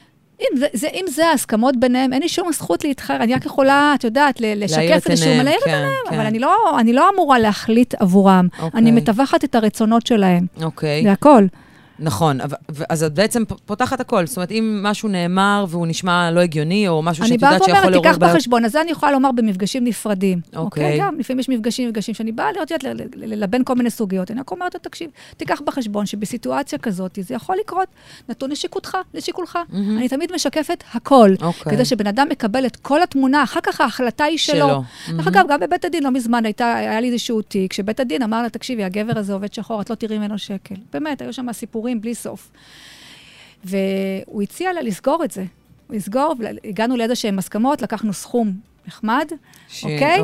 אם זה ההסכמות ביניהם, אין לי שום זכות להתחר, אני רק יכולה, את יודעת, לשקף איזשהו מלאיר את עיניהם, אבל אני לא אמורה להחליט עבורם. אני מתווכת את הרצונות שלהם. אוקיי. זה הכל. נכון, אז את בעצם פותחת הכל. זאת אומרת, אם משהו נאמר והוא נשמע לא הגיוני, או משהו שאת יודעת שיכול לעורר... אני באה ואומרת, תיקח בחשבון, אז זה אני יכולה לומר במפגשים נפרדים. אוקיי? גם, לפעמים יש מפגשים שאני באה ללבן כל מיני סוגיות. אני רק אומרת, תקשיב, תיקח בחשבון שבסיטואציה כזאת, זה יכול לקרות, נתון לשיקולך. אני תמיד משקפת הכל, כדי שבן אדם מקבל את כל התמונה, אחר כך ההחלטה היא שלו. אגב, גם בבית הדין לא מזמן היה לי איזשהו תיק, שבית הדין אמר לה, תקשיבי, הגבר הזה עובד שחור, את לא תראי ממנו שקל. באמת, היו שם סיפורים בלי סוף. והוא הציע לה לסגור את זה. לסגור, הגענו לאיזשהם הסכמות, לקחנו סכום נחמד, אוקיי?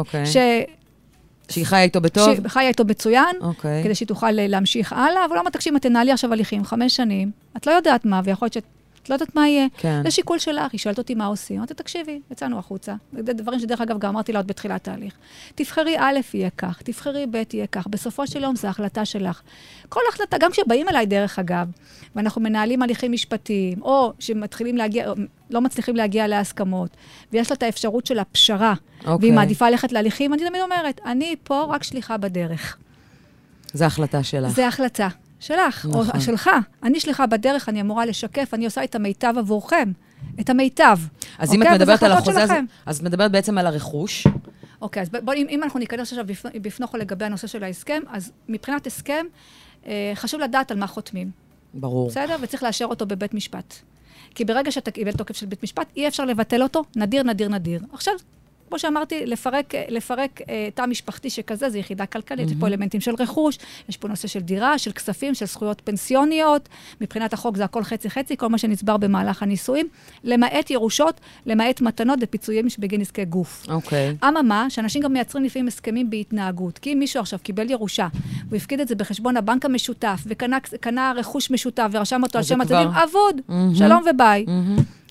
שהיא חיה איתו בטוב? שהיא חיה איתו מצוין, כדי שהיא תוכל להמשיך הלאה, אבל לא תקשיב, את תנהלי עכשיו הליכים 5 שנים, את לא יודעת מה, ויכול להיות את לא יודעת מה יהיה. זה שיקול שלך, היא שואלת אותי מה עושים. אמרתי, תקשיבי, יצאנו החוצה. זה דברים שדרך אגב גם אמרתי לה עוד בתחילת תהליך. תבחרי א' יהיה כך, תבחרי ב' יהיה כך. בסופו של יום זו החלטה שלך. כל החלטה, גם כשבאים אליי דרך אגב, ואנחנו מנהלים הליכים משפטיים, או שמתחילים להגיע, לא מצליחים להגיע להסכמות, ויש לה את האפשרות של הפשרה, והיא מעדיפה ללכת להליכים, אני תמיד אומרת, אני פה רק שליחה בדרך. זו החלטה שלך. זו החלטה. שלך, או שלך. אני שליחה בדרך, אני אמורה לשקף, אני עושה את המיטב עבורכם. את המיטב. אז אם את מדברת על החוזה, אז את מדברת בעצם על הרכוש. אוקיי, אז אם אנחנו ניכנס עכשיו בפנוכו לגבי הנושא של ההסכם, אז מבחינת הסכם, חשוב לדעת על מה חותמים. ברור. בסדר? וצריך לאשר אותו בבית משפט. כי ברגע שאתה קיבל תוקף של בית משפט, אי אפשר לבטל אותו, נדיר, נדיר, נדיר. עכשיו, כמו שאמרתי, לפרק תא משפחתי שכזה, זה יחידה כלכלית, יש פה אלמנטים של רכוש, יש פה נושא של דירה, של כספים, של זכויות פנסיוניות, מבחינת החוק זה הכל חצי-חצי, כל מה שנצבר במהלך הנישואים, למעט ירושות, למעט מתנות ופיצויים בגין נזקי גוף. אוקיי. אממה, שאנשים גם מייצרים לפעמים הסכמים בהתנהגות, כי אם מישהו עכשיו קיבל ירושה, הוא הפקיד את זה בחשבון הבנק המשותף, וקנה רכוש משותף, ורשם אותו על שם הצדדים, אבוד, שלום וביי.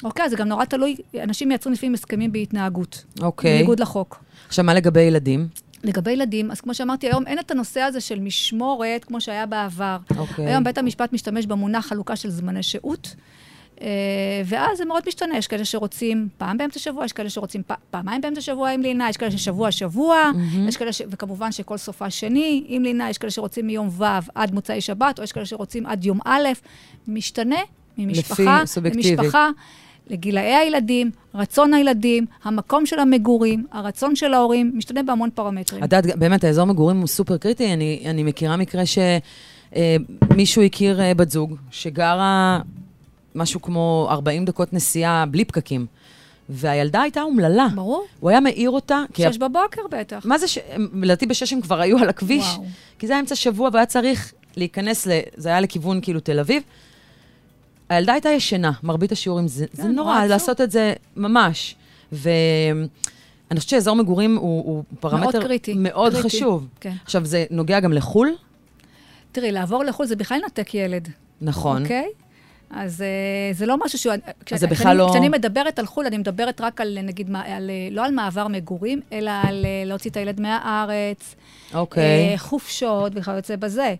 אוקיי, זה גם נורא תלוי, אנשים מייצרים לפעמים הסכמים בהתנהגות. אוקיי. בניגוד לחוק. עכשיו, מה לגבי ילדים? לגבי ילדים, אז כמו שאמרתי, היום אין את הנושא הזה של משמורת, כמו שהיה בעבר. אוקיי. היום בית המשפט משתמש במונח חלוקה של זמני שהות, ואז זה מאוד משתנה. יש כאלה שרוצים פעם באמצע שבוע, יש כאלה שרוצים פעמיים באמצע שבוע עם לינה, יש כאלה ששבוע, יש כאלה וכמובן שכל סופה שני עם לינה, יש כאלה שרוצים מיום ו' עד מוצאי שבת, או יש כאלה שרוצים עד יום א', משתנה ממשפחה למשפחה, לגילאי הילדים, רצון הילדים, המקום של המגורים, הרצון של ההורים, משתנה בהמון פרמטרים. את יודעת, באמת, האזור מגורים הוא סופר קריטי. אני מכירה מקרה שמישהו הכיר בת זוג, שגרה משהו כמו 40 דקות נסיעה בלי פקקים, והילדה הייתה אומללה. ברור. הוא היה מעיר אותה. 6 בבוקר בטח. מה זה לדעתי ב6 הם כבר היו על הכביש, וואו. כי זה היה אמצע שבוע, והיה צריך להיכנס, זה היה לכיוון כאילו תל אביב. הילדה הייתה ישנה, מרבית השיעורים, זה נורא, לעשות את זה ממש. ואני חושבת שאזור מגורים הוא פרמטר מאוד חשוב. עכשיו, זה נוגע גם לחול? תראי, לעבור לחול זה בכלל נתק ילד. נכון. אוקיי? אז זה לא משהו שהוא... זה בכלל לא... כשאני מדברת על חול, אני מדברת רק על, נגיד, לא על מעבר מגורים, אלא על להוציא את הילד מהארץ, חופשות, וכך יוצא בזה.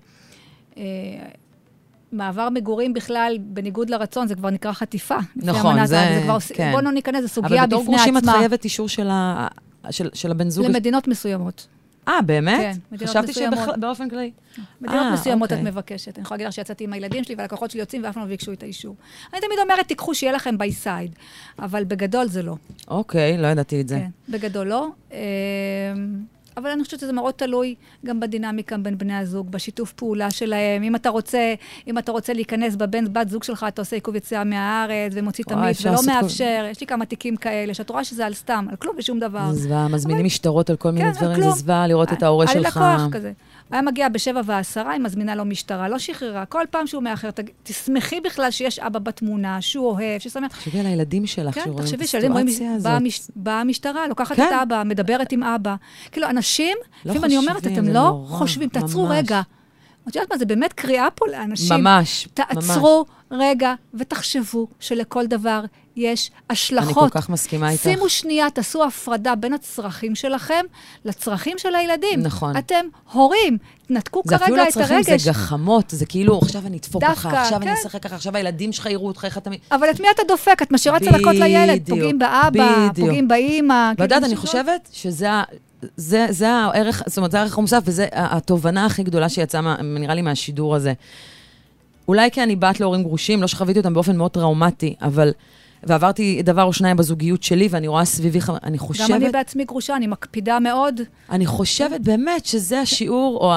מעבר מגורים בכלל, בניגוד לרצון, זה כבר נקרא חטיפה. נכון, זה כן. בואו לא ניכנס, זו סוגיה בפני עצמה. אבל בתור גרושים את חייבת אישור של הבן זוג? למדינות מסוימות. באמת? כן, מדינות מסוימות. חשבתי שבאופן כללי. מדינות מסוימות את מבקשת. אני יכולה להגיד לך שיצאתי עם הילדים שלי, והלקוחות שלי יוצאים, ואף לא ביקשו את האישור. אני תמיד אומרת, תיקחו שיהיה לכם by-side, אבל בגדול זה לא. אוקיי, לא ידעתי את זה. כן, בגדול לא. אבל אני חושבת שזה מאוד תלוי גם בדינמיקה בין בני הזוג, בשיתוף פעולה שלהם. אם אתה רוצה להיכנס בבן בת זוג שלך, אתה עושה עיכוב יציאה מהארץ, ומוציא תמיד, ולא מאפשר. יש לי כמה תיקים כאלה, שאת רואה שזה על סתם, על כלום ושום דבר. זה זווה, מזמינים משטרות על כל מיני דברים, זה זווה לראות את ההורה שלך. היה לקוח כזה. היה מגיע ב7:10, היא מזמינה לו משטרה, לא שחררה. כל פעם שהוא מאחר, תשמחי בכלל שיש אבא בתמונה, שהוא אוהב, ששמח. תחשבי על הילדים שלך, שרואים את הסיטואציה הזאת. באה המשטרה, לוקחת את אבא, מדברת עם אבא. כאילו, אנשים, לפעמים אני אומרת, אתם לא חושבים, תעצרו רגע. את יודעת מה, זה באמת קריאה פה לאנשים. ממש, תעצרו רגע ותחשבו שלכל דבר יש השלכות. אני כל כך מסכימה איתך. שימו שנייה, תעשו הפרדה בין הצרכים שלכם לצרכים של הילדים. נכון. אתם הורים, תנתקו כרגע את הרגש. זה אפילו לצרכים, זה גחמות, זה כאילו, עכשיו אני אדפוק ככה, עכשיו אני אשחק ככה, עכשיו הילדים שלך יראו אותך, איך אתה... אבל את מי אתה דופק? את משאירה צלקות לילד, פוגעים באבא, פוגעים באמא. ועדת, אני חושבת זה הערך, זאת אומרת, זה הערך המוסף, וזה התובנה הכי גדולה שיצאה, נראה לי, מהשידור הזה. אולי כי אני בת להורים גרושים, לא שחוויתי אותם באופן מאוד טראומטי, אבל, ועברתי דבר או שניים בזוגיות שלי, ואני רואה סביבי, אני חושבת... גם אני בעצמי גרושה, אני מקפידה מאוד. אני חושבת באמת שזה השיעור, או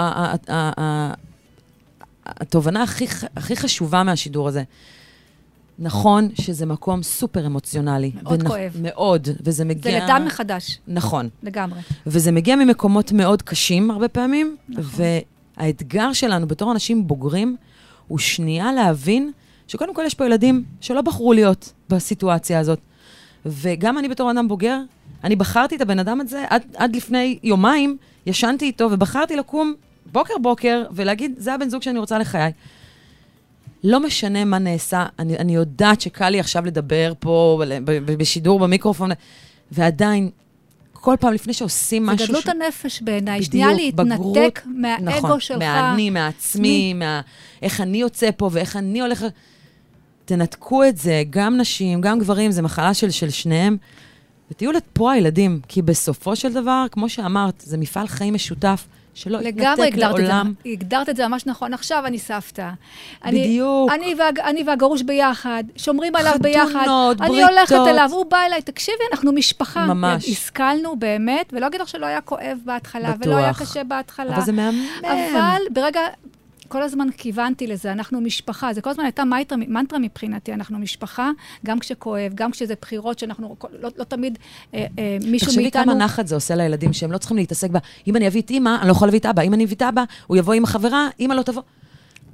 התובנה הכי חשובה מהשידור הזה. נכון שזה מקום סופר אמוציונלי. מאוד כואב. מאוד, וזה מגיע... זה לדם מחדש. נכון. לגמרי. וזה מגיע ממקומות מאוד קשים הרבה פעמים, נכון. והאתגר שלנו בתור אנשים בוגרים, הוא שנייה להבין שקודם כל יש פה ילדים שלא בחרו להיות בסיטואציה הזאת. וגם אני בתור אדם בוגר, אני בחרתי את הבן אדם הזה, עד לפני יומיים, ישנתי איתו ובחרתי לקום בוקר ולהגיד, זה הבן זוג שאני רוצה לחיי. לא משנה מה נעשה, אני יודעת שקל לי עכשיו לדבר פה, בשידור, במיקרופון, ועדיין, כל פעם לפני שעושים משהו... זה גדלות הנפש בעיניי, שנייה להתנתק מהאגו שלך. מהאני, מהעצמי, איך אני יוצא פה ואיך אני הולך... תנתקו את זה, גם נשים, גם גברים, זה מחלה של שניהם, ותהיו פה הילדים, כי בסופו של דבר, כמו שאמרת, זה מפעל חיים משותף, שלא יתנתק לעולם. הגדרת את זה ממש נכון. עכשיו אני סבתא. בדיוק. אני והגרוש ביחד, שומרים עליו ביחד. חתונות, בריתות. אני הולכת אליו, הוא בא אליי, תקשיבי, אנחנו משפחה. ממש. השכלנו באמת, ולא אגיד לך שלא היה כואב בהתחלה, בטוח. ולא היה קשה בהתחלה. אבל זה מהמם. אבל ברגע... כל הזמן כיוונתי לזה, אנחנו משפחה. זה כל הזמן הייתה מנטרה מבחינתי, אנחנו משפחה, גם כשכואב, גם כשזה בחירות שאנחנו, לא תמיד מישהו מאיתנו... תחשבי כמה נחת זה עושה לילדים שהם לא צריכים להתעסק בה. אם אני אביא את אמא, אני לא יכולה להביא את אבא. אם אני אביא את אבא, הוא יבוא עם החברה, אמא לא תבוא.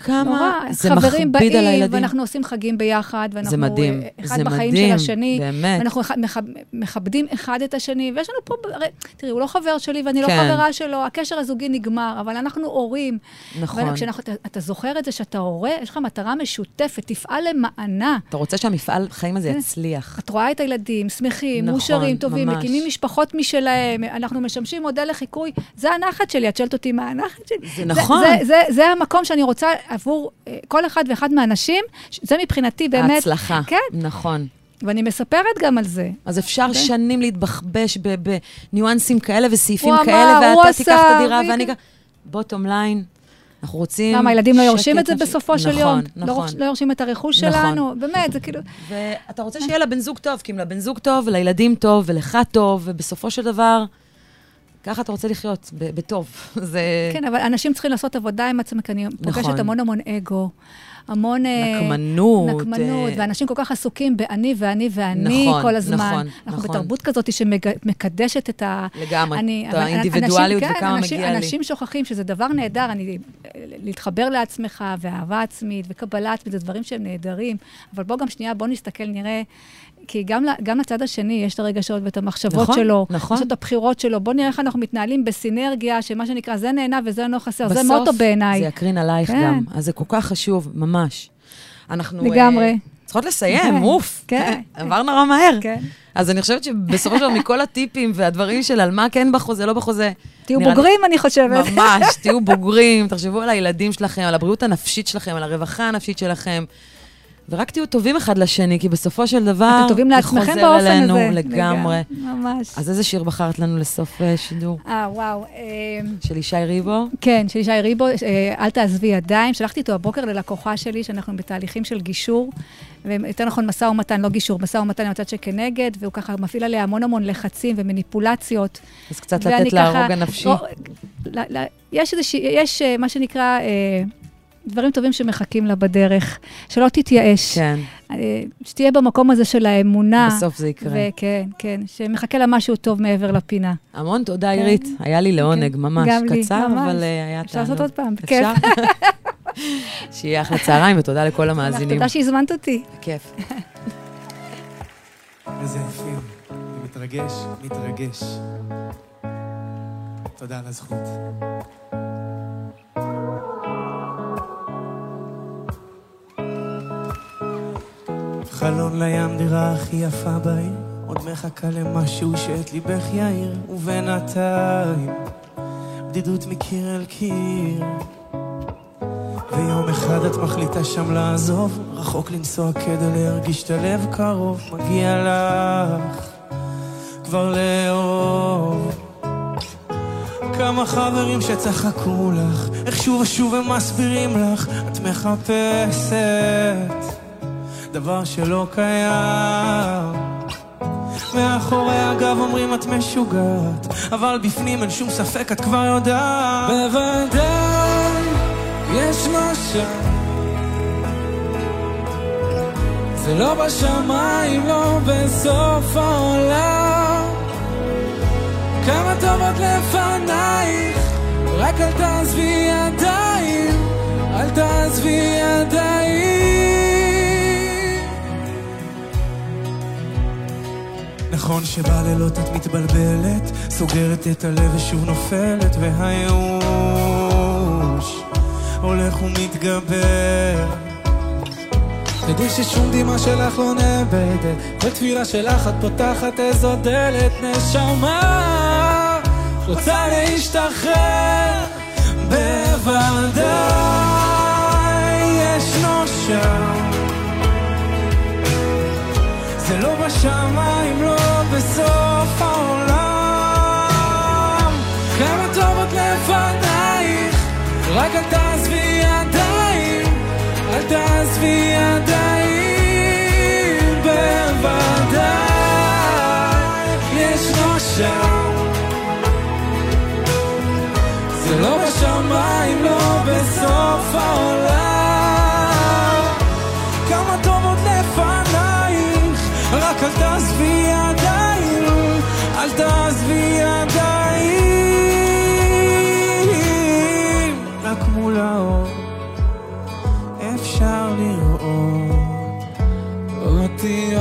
כמה זה מכביד על חברים הילדים. באים, ואנחנו עושים חגים ביחד, ואנחנו מדהים, אחד זה בחיים מדהים, של השני. באמת. ואנחנו מכבדים אחד את השני, ויש לנו פה, תראי, הוא לא חבר שלי ואני לא כן. חברה שלו, הקשר הזוגי נגמר, אבל אנחנו הורים. נכון. וכשאתה זוכר את זה שאתה הורה, יש לך מטרה משותפת, תפעל למענה. אתה רוצה שהמפעל חיים הזה יצליח. את רואה את הילדים, שמחים, נכון, מאושרים, טובים, ממש. מקימים משפחות משלהם, אנחנו משמשים מודל לחיקוי, זה הנחת שלי, את שואלת אותי מה הנחת שלי. זה נכון. זה המקום שאני רוצה עבור כל אחד ואחד מהאנשים, זה מבחינתי באמת. ההצלחה, כן. נכון. ואני מספרת גם על זה. אז אפשר שנים להתבחבש בניואנסים כאלה וסעיפים הוא כאלה, אמר, הוא ואתה תיקח את עשה, הדירה ואני גם... בוטום ליין, אנחנו רוצים... למה, הילדים לא יורשים את זה שקט בסופו של נכון, יום? נכון. לא יורשים את הרכוש נכון. שלנו? באמת, זה כאילו... ואתה רוצה שיהיה לבן זוג טוב, כי אם לבן זוג טוב, לילדים טוב, ולך טוב, ובסופו של דבר, ככה אתה רוצה לחיות, בטוב. זה... כן, אבל אנשים צריכים לעשות עבודה עם עצמם, כי אני פוגשת המון אגו, המון... נקמנות. ואנשים כל כך עסוקים באני ואני ואני כל הזמן. אנחנו בתרבות כזאת שמקדשת את ה... לגמרי, את האינדיבידואליות וכמה מגיע לי. אנשים שוכחים שזה דבר נהדר, להתחבר לעצמך, ואהבה עצמית, וקבלה עצמית, זה דברים שהם נהדרים. אבל בוא גם שנייה, בוא נסתכל, נראה... כי גם לצד השני יש את הרגשות ואת המחשבות שלו, יש את הבחירות שלו. בוא נראה איך אנחנו מתנהלים בסינרגיה, שמה שנקרא, זה נהנה וזה לא חסר, זה מוטו בעיניי. בסוף זה יקרין עלייך גם. אז זה כל כך חשוב, ממש. אנחנו לגמרי. צריכות לסיים, אוף. עבר נורא מהר. אז אני חושבת שבסופו של דבר מכל הטיפים והדברים של על מה כן בחוזה, לא בחוזה. תהיו בוגרים, אני חושבת. ממש, תהיו בוגרים, תחשבו על הילדים שלכם, על הבריאות הנפשית שלכם, על הרווחה הנפשית שלכם. ורק תהיו טובים אחד לשני, כי בסופו של דבר... אתם טובים לעצמכם באופן הזה. לגמרי. ממש. אז איזה שיר בחרת לנו לסוף שידור? וואו. של ישי ריבו? כן, של ישי ריבו, אל תעזבי ידיים. שלחתי אותו הבוקר ללקוחה שלי, שאנחנו בתהליכים של גישור, ויותר נכון משא ומתן, לא גישור, משא ומתן עם הצד שכנגד, והוא ככה מפעיל עליה המון לחצים ומניפולציות. אז קצת לתת להרוג הנפשי. יש מה שנקרא... דברים טובים שמחכים לה בדרך, שלא תתייאש. כן. שתהיה במקום הזה של האמונה. בסוף זה יקרה. וכן, כן, שמחכה לה משהו טוב מעבר לפינה. המון תודה, עירית. היה לי לעונג, ממש. קצר, אבל היה תענוג. אפשר לעשות עוד פעם, בכיף. שיהיה אחלה צהריים, ותודה לכל המאזינים. תודה שהזמנת אותי. בכיף. איזה יפים. אני מתרגש. תודה על הזכות. חלון לים, דירה הכי יפה בעיר, עוד מחכה למשהו שאת ליבך יאיר, ובינתיים בדידות מקיר אל קיר, ויום אחד את מחליטה שם לעזוב, רחוק לנסוע כדי להרגיש את הלב קרוב, מגיע לך כבר לאהוב. כמה חברים שצחקו לך, איך שוב ושוב הם מסבירים לך, את מחפשת דבר שלא קיים, מאחורי הגב אומרים את משוגעת, אבל בפנים אין שום ספק את כבר יודעת. בוודאי יש משהו, זה לא בשמיים, לא בסוף העולם, כמה טובות לפנייך, רק אל תעזבי ידיים, אל תעזבי ידיים. נכון שבלילות את מתבלבלת, סוגרת את הלב ושוב נופלת, והייאוש הולך ומתגבר. תדעי ששום דמעה שלך לא נאבדת, בתפילה שלך את פותחת איזו דלת, נשמה רוצה להשתחרר. בוודאי ישנו שם, זה לא בשמיים, לא בסוף העולם, כמה טובות לפנייך, רק אל תעזבי ידיים, אל תעזבי ידיים. בוודאי ישנו שם, זה לא בשמיים, לא בסוף העולם, כמה טובות לפנייך, רק אל תעזבי ידיים, אל תעזבי ידיים. רק מול האור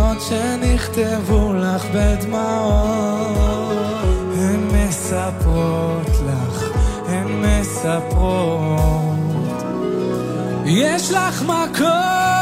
שורות שנכתבו לך בדמעות. הן מספרות לך, הן מספרות, יש לך מקום.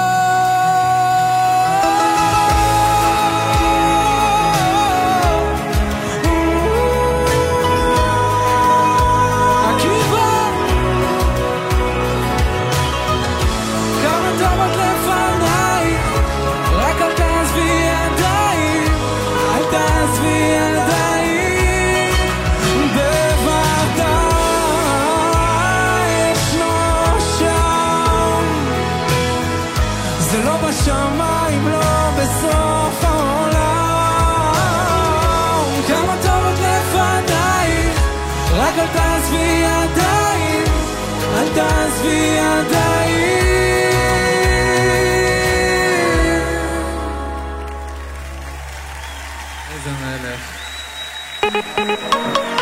בשמיים, לא בסוף העולם. כמה טובות לפנייך, רק אל תעזבי ידיים, אל תעזבי ידיים. איזה מלך.